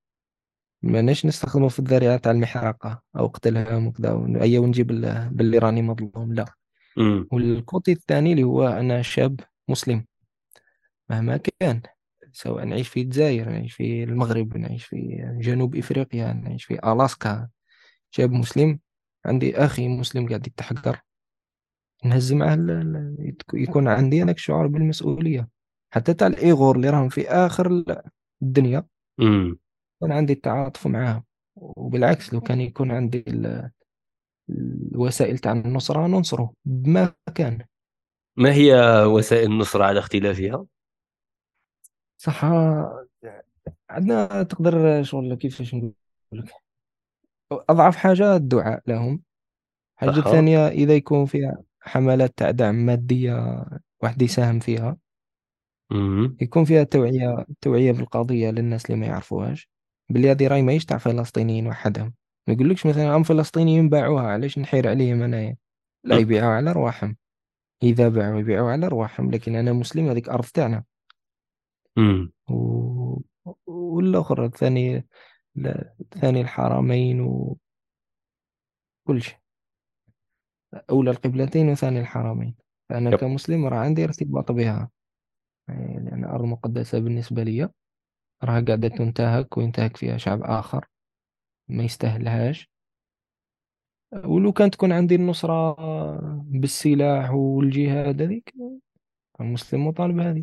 ماناش نستخدمه في الذريعة تاع المحرقة أو قتلهم وكذا، أي ونجيب باللي راني مظلوم، لا. امم. والكوتي الثاني اللي هو أنا شاب مسلم مهما كان، سواء نعيش في الجزائر، نعيش في المغرب، نعيش في جنوب إفريقيا، نعيش في ألاسكا، شاب مسلم عندي أخي مسلم قاعد يتحقر، نهز معاه يكون عندي أنا الشعور بالمسؤولية. حتى تاع الإيغور اللي راهم في آخر الدنيا امم. يكون عندي التعاطف معاهم. وبالعكس لو كان يكون عندي الوسائل تاع النصرة ننصره بما كان. ما هي وسائل النصرة على اختلافها؟ صح. عندنا تقدر شغل كيفاش نقول لك، أضعف حاجة الدعاء لهم. الحاجة صح. الثانية إذا يكون فيها حملات تاع دعم مادية واحد يساهم فيها، امم. يكون فيها توعية بالقضية للناس اللي ما يعرفوهاش، بلي هذه راي ماهيش تاع فلسطينيين وحدهم. ما يقولكش مثلا هم فلسطينيين باعوها علاش نحير عليهم انايا، لا، يبيعوا على رواحهم. اذا باعوا يبيعوا على رواحهم، لكن انا مسلم هذيك ارض تاعنا. امم. و... والاخر الثاني، الثاني الحرمين وكل شيء، اولى القبلتين وثاني الحرمين. فانا يب. كمسلم راه عندي ارتباط بها، يعني ارض مقدسة بالنسبة لي، راها قاعدة تنتهك وينتهك فيها شعب آخر ما يستاهلهاش. ولو كانت تكون عندي النصرة بالسلاح والجهاد هذيك، المسلم مطالب هذه.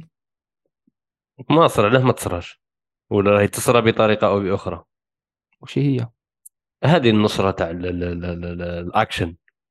مصر علاه ما تصراش؟ ولا راهي تصرى بطريقة أو بأخرى؟ وش هي؟ هذه النصرة تاع الأكشن.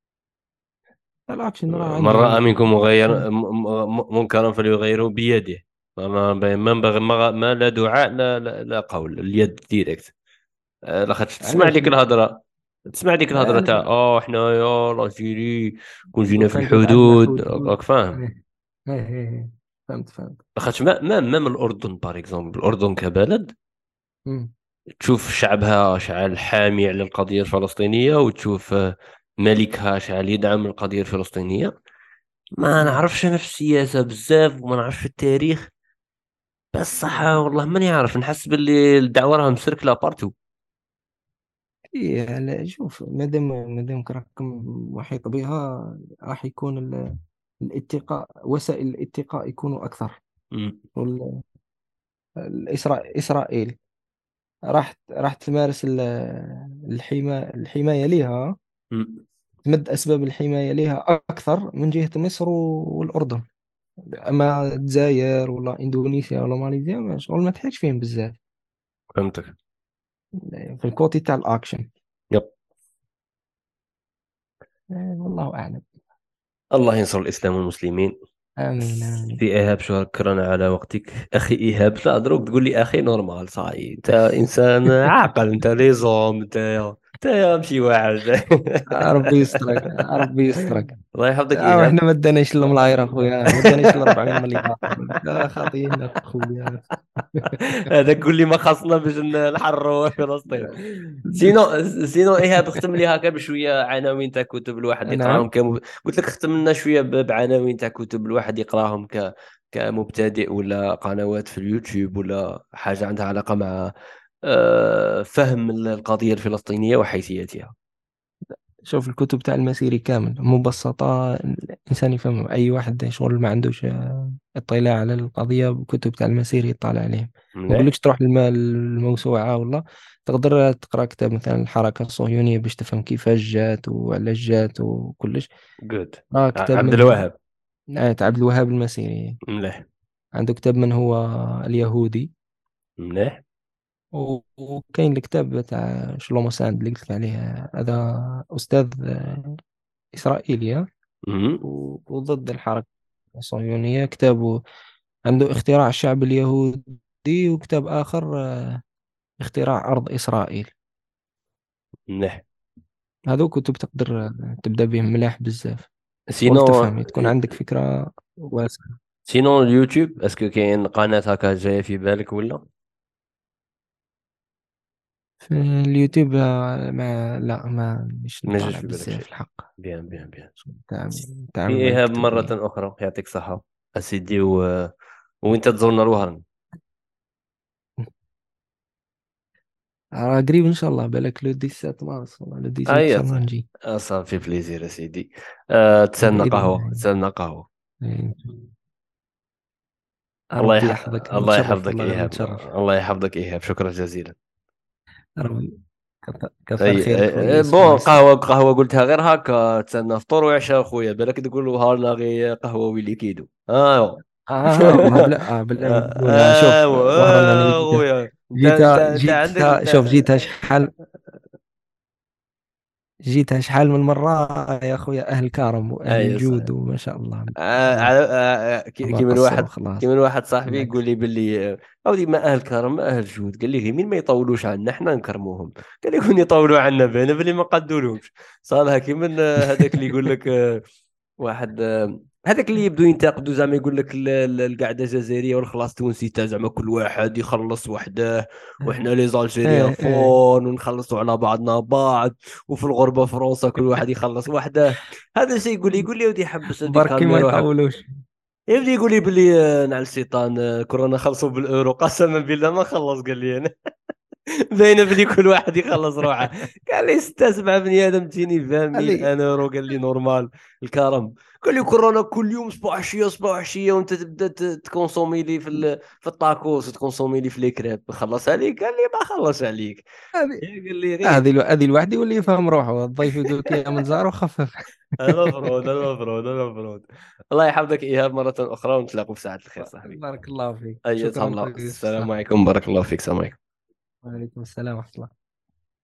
الأكشن راه من رأى عندي. منكم مغير منكرا فليغيره بيده. ما ينبغي ما لا دعاء لا قول، اليد ديريكت. لاخاطش تسمع علاش ديك الهضره، تسمع ديك الهضره علاش تاع احنا يا الجيري كون لو جينا في كان كانت عندنا الحدود، حدود. راك فاهم. إيه. إيه، إيه، إيه. فهمت. لاخاطش ما من الاردن باغ اكزومبل، الاردن كبلد مم. تشوف شعبها شعال حامي على القضيه الفلسطينيه، وتشوف ملكها شعال يدعم القضيه الفلسطينيه. ما مم. نعرفش انا في السياسه بزاف وما نعرفش في التاريخ، بس صح والله ماني عارف، نحس باللي الدعوه راها مسركله بارتو. إيه، لا شوف، مادام راكم محيط بها راح يكون الاتقاء، وسائل الاتقاء يكونوا أكثر. مم. إسرائيل راح تمارس الحماية لها، مم. تمد أسباب الحماية لها أكثر من جهة مصر والأردن. أما الجزائر ولا إندونيسيا ولا ماليزيا ما شغل ما تحتاج فيهم بزاف فهمتك. في الكوتي تاع الأكشن. يب. والله أعلم. الله ينصر الاسلام والمسلمين. آمين آمين. سي إيهاب، شكرا على وقتك أخي إيهاب. لا دروك تقول لي أخي نورمال صاي، أنت إنسان عاقل، أنت ليزوم، أنت ماشي واحد. ربي يسترك، ربي يسترك. الله يحفظك إيهاب. احنا ما داناش الا ملاير اخويا، ما داناش الا 400 مليار. خاطينا اخويا. هذا كل ما خصنا باش نحرروا فلسطين. سينو ايهاب، اختم لي هكا بشويه عناوين تاع كتب الواحد يقراهم نعم. قلت لك اختم لنا شويه بعناوين تاع كتب الواحد يقراهم كمبتدئ، ولا قنوات في اليوتيوب، ولا حاجه عندها علاقه مع فهم القضيه الفلسطينيه وحيثياتها. شوف الكتب تاع المسيري كامل مبسطة، الإنسان يفهم. أي واحد شغل ما عندوش اطلاع على القضية، بكتب تاع المسيري يطلع عليهم. ما مليح. نقولكش تروح الموسوعة ولا، تقدر تقرأ كتاب مثلا الحركة الصهيونية باش تفهم كيفاش جات وعلاش جات وكلش. جود. كتاب عبد من الوهاب. عبد الوهاب المسيري. مليح. عنده كتاب من هو اليهودي. مليح. وكاين الكتاب تاع شلومو ساند اللي قلت لك عليه، هذا أستاذ إسرائيلي، مهم. وضد الحركة الصهيونية. كتابه عنده اختراع الشعب اليهودي، وكتاب آخر اختراع أرض إسرائيل. مليح. هذو كتب تقدر تبدأ بهم، ملاح بزاف. شغل سينو تفهم، تكون عندك فكرة واسعة. سينو اليوتيوب، اسكو كاين قناة هكا جاية في بالك ولا؟ في اليوتيوب ما لا، ما مش ما جاش نطالع في بالك بزاف شيء. الحق. بيان بيان بيان. في تعامل مع إيهاب الكتب مرة أخرى، يعطيك الصحة أسيدي، وأنت تزورنا الوهرن. قريب إن شاء الله، بالك لو 17 مارس والله، لو 18 إن أي شاء الله صح. نجي. صافي بليزير أسيدي. تسالنا بإذن قهوة، الله. تسالنا قهوة. ربي يحفظك، الله نتشرف يحفظك والله، غير إيهاب. نتشرف. الله يحفظك إيهاب، شكرا جزيلا. ربي كثر أي خيرك خويا بون، سبارس. قهوة قلتها غير هكا، تسالنا فطور وعشاء خويا، بالك تقولوا هارنا غير قهوة ويلي كيدو والله بلا بلا ما نقولها. شوف وهران، انا خويا، انت عندك جيتها، انت. شوف جيتها شحال، جيتها شحال من مرة يا خويا. أهل كرم وأهل اي صح. الجود وما شاء الله. آه الله، الله كي من واحد، قصروا خلاص. كي من واحد صاحبي يقول بالعكس. لي باللي اودي ما اهل كرم ما اهل جود، قال لي غير مين ما يطولوش عنا احنا نكرموهم، قال لي يكون يطولوا عنا بينا باللي ما قدولهمش. صالها كي من هذاك اللي يقول لك واحد هذاك اللي يبدو ينتقدوا زعما يقول لك القعده الجزائريه والخلاص تونسي تاع زعما كل واحد يخلص وحده، وحنا لي زالجيريان ايه ايه. فون ونخلصوا على بعضنا بعض، وفي الغربه فرنسا كل واحد يخلص وحده. هذا الشيء يقول لي ودي حبس هذه بركي ما كالمي روحك. يطولوش. يبدي يقول لي بلي نعل الشيطان كورونا خلصوا بالاورو، قسما بالله ما خلص، قال لي انا. باينه بلي كل واحد يخلص روحه. قال لي 6 7 بني ادم تجيني 20 هذه مليون اورو، قال لي نورمال الكرم. قال لي كورونا كل يوم صباح عشيه صباح عشيه، وانت تبدا تكونسومي لي في الطاكوس وتكونسومي لي في لي كريب، خلص عليك؟ قال لي ما خلص عليك. هذه قال لي غير هذه الواحد يولي يفهم روحه. الضيف يقول لك يا من زار وخفف. المفروض المفروض. الله يحفظك ايهاب مره اخرى، ونتلاقوا في ساعه الخير صاحبي. بارك الله فيك، أية شكرا الله، خويا السلام صح. عليكم، بارك الله فيك، السلام عليكم. وعليكم السلام ورحمة الله.